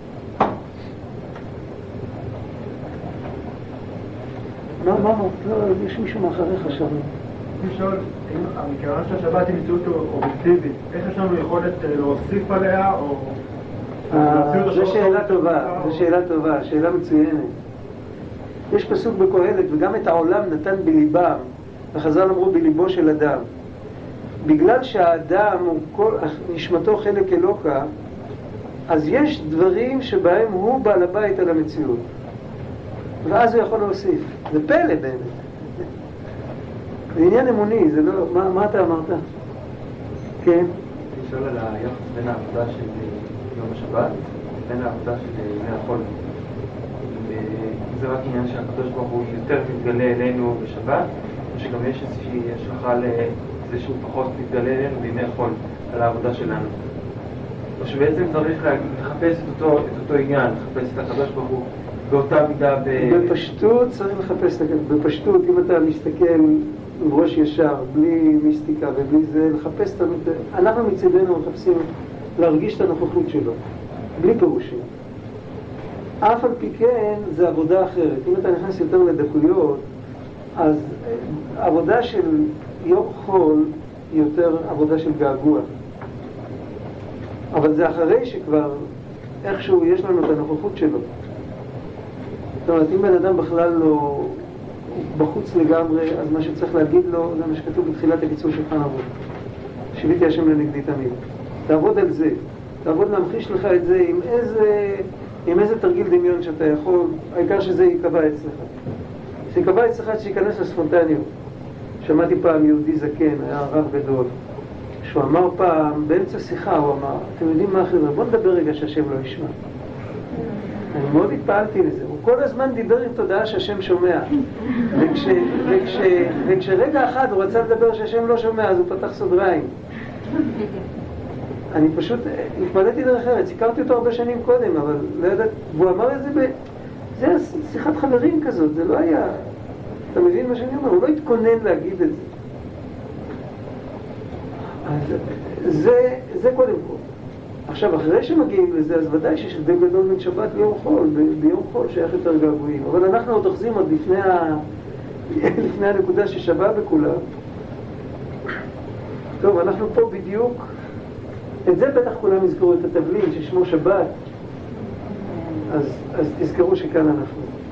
Speaker 1: מה? לא, יש מישהו מאחריך שם.
Speaker 5: אני לשאול, מכיוון שהשבת היא מציאות אובייקטיבית, איך יש לנו יכולת להוסיף עליה או...
Speaker 1: זו שאלה טובה, שאלה מצוינת. יש פסוק בקהלת, וגם את העולם נתן בליבם, וחז"ל אמרו בליבו של אדם. בגלל שהאדם הוא נשמתו חלק אלוקה, אז יש דברים שבהם הוא בעל הבית על המציאות. ואז הוא יכול להוסיף. זה פלא באמת. זה עניין אמוני, זה לא... מה אתה אמרת? כן?
Speaker 3: אני שואל על היחס בין העבודה של יום השבת, בין העבודה של ימי החול.
Speaker 6: זה רק עניין שהקדוש ברוך הוא יותר מתגלה אלינו בשבת, או שגם יש איזושהי השלכה לזה שהוא פחות מתגלה אלינו בימי חול על העבודה שלנו. או שבעצם צריך לחפש את אותו עניין, לחפש את הקדוש ברוך הוא באותה מידה
Speaker 1: בפשטות צריך לחפש, בפשטות אם אתה מסתכל עם ראש ישר, בלי מיסטיקה ובלי זה, לחפש את אנחנו מצדנו מחפשים להרגיש את הנוכחות שלו, בלי פירושים. אף על פי כן זה עבודה אחרת. אם אתה נכנס יותר לדקויות, אז עבודה של יום חול היא יותר עבודה של געגוע. אבל זה אחרי שכבר איכשהו יש לנו את הנוכחות שלו. זאת אומרת, אם בן אדם בכלל לא בחוץ לגמרי, אז מה שצריך להגיד לו זה מה שכתוב בתחילת הקיצור שולחן ערוך. שיביתי השם לנגדי תמיד. תעבוד על זה. תעבוד להמחיש לך את זה עם איזה תרגיל דמיון שאתה יכול, העיקר שזה ייקבע אצלך. שיקבע אצלך שייכנס לספונטניות. שמעתי פעם יהודי זקן, היה רב גדול, שהוא אמר פעם, באמצע שיחה הוא אמר, אתם יודעים מה אחרי זה? בוא נדבר רגע שהשם לא ישמע. אני מאוד התפעלתי לזה. הוא כל הזמן דיבר עם תודעה שהשם שומע. וכשרגע אחד הוא רצה לדבר שהשם לא שומע, אז הוא פתח סוגריים. אני פשוט התמלאתי דרך ארץ, הכרתי אותו הרבה שנים קודם, אבל לא יודעת, והוא אמר את זה זה היה שיחת חברים כזאת, זה לא היה, אתה מבין מה שאני אומר? הוא לא התכונן להגיד את זה. אז זה קודם כל. עכשיו, אחרי שמגיעים לזה, אז ודאי שיש הבדל גדול בין שבת ליום חול, ביום חול שייך יותר געגועים, אבל אנחנו עוד אוחזים עוד לפני הנקודה ששווה בכולם. טוב, אנחנו פה בדיוק, את זה בטח כולם יזכרו את התבלין ששמו שבת, אז תזכרו שכאן אנחנו.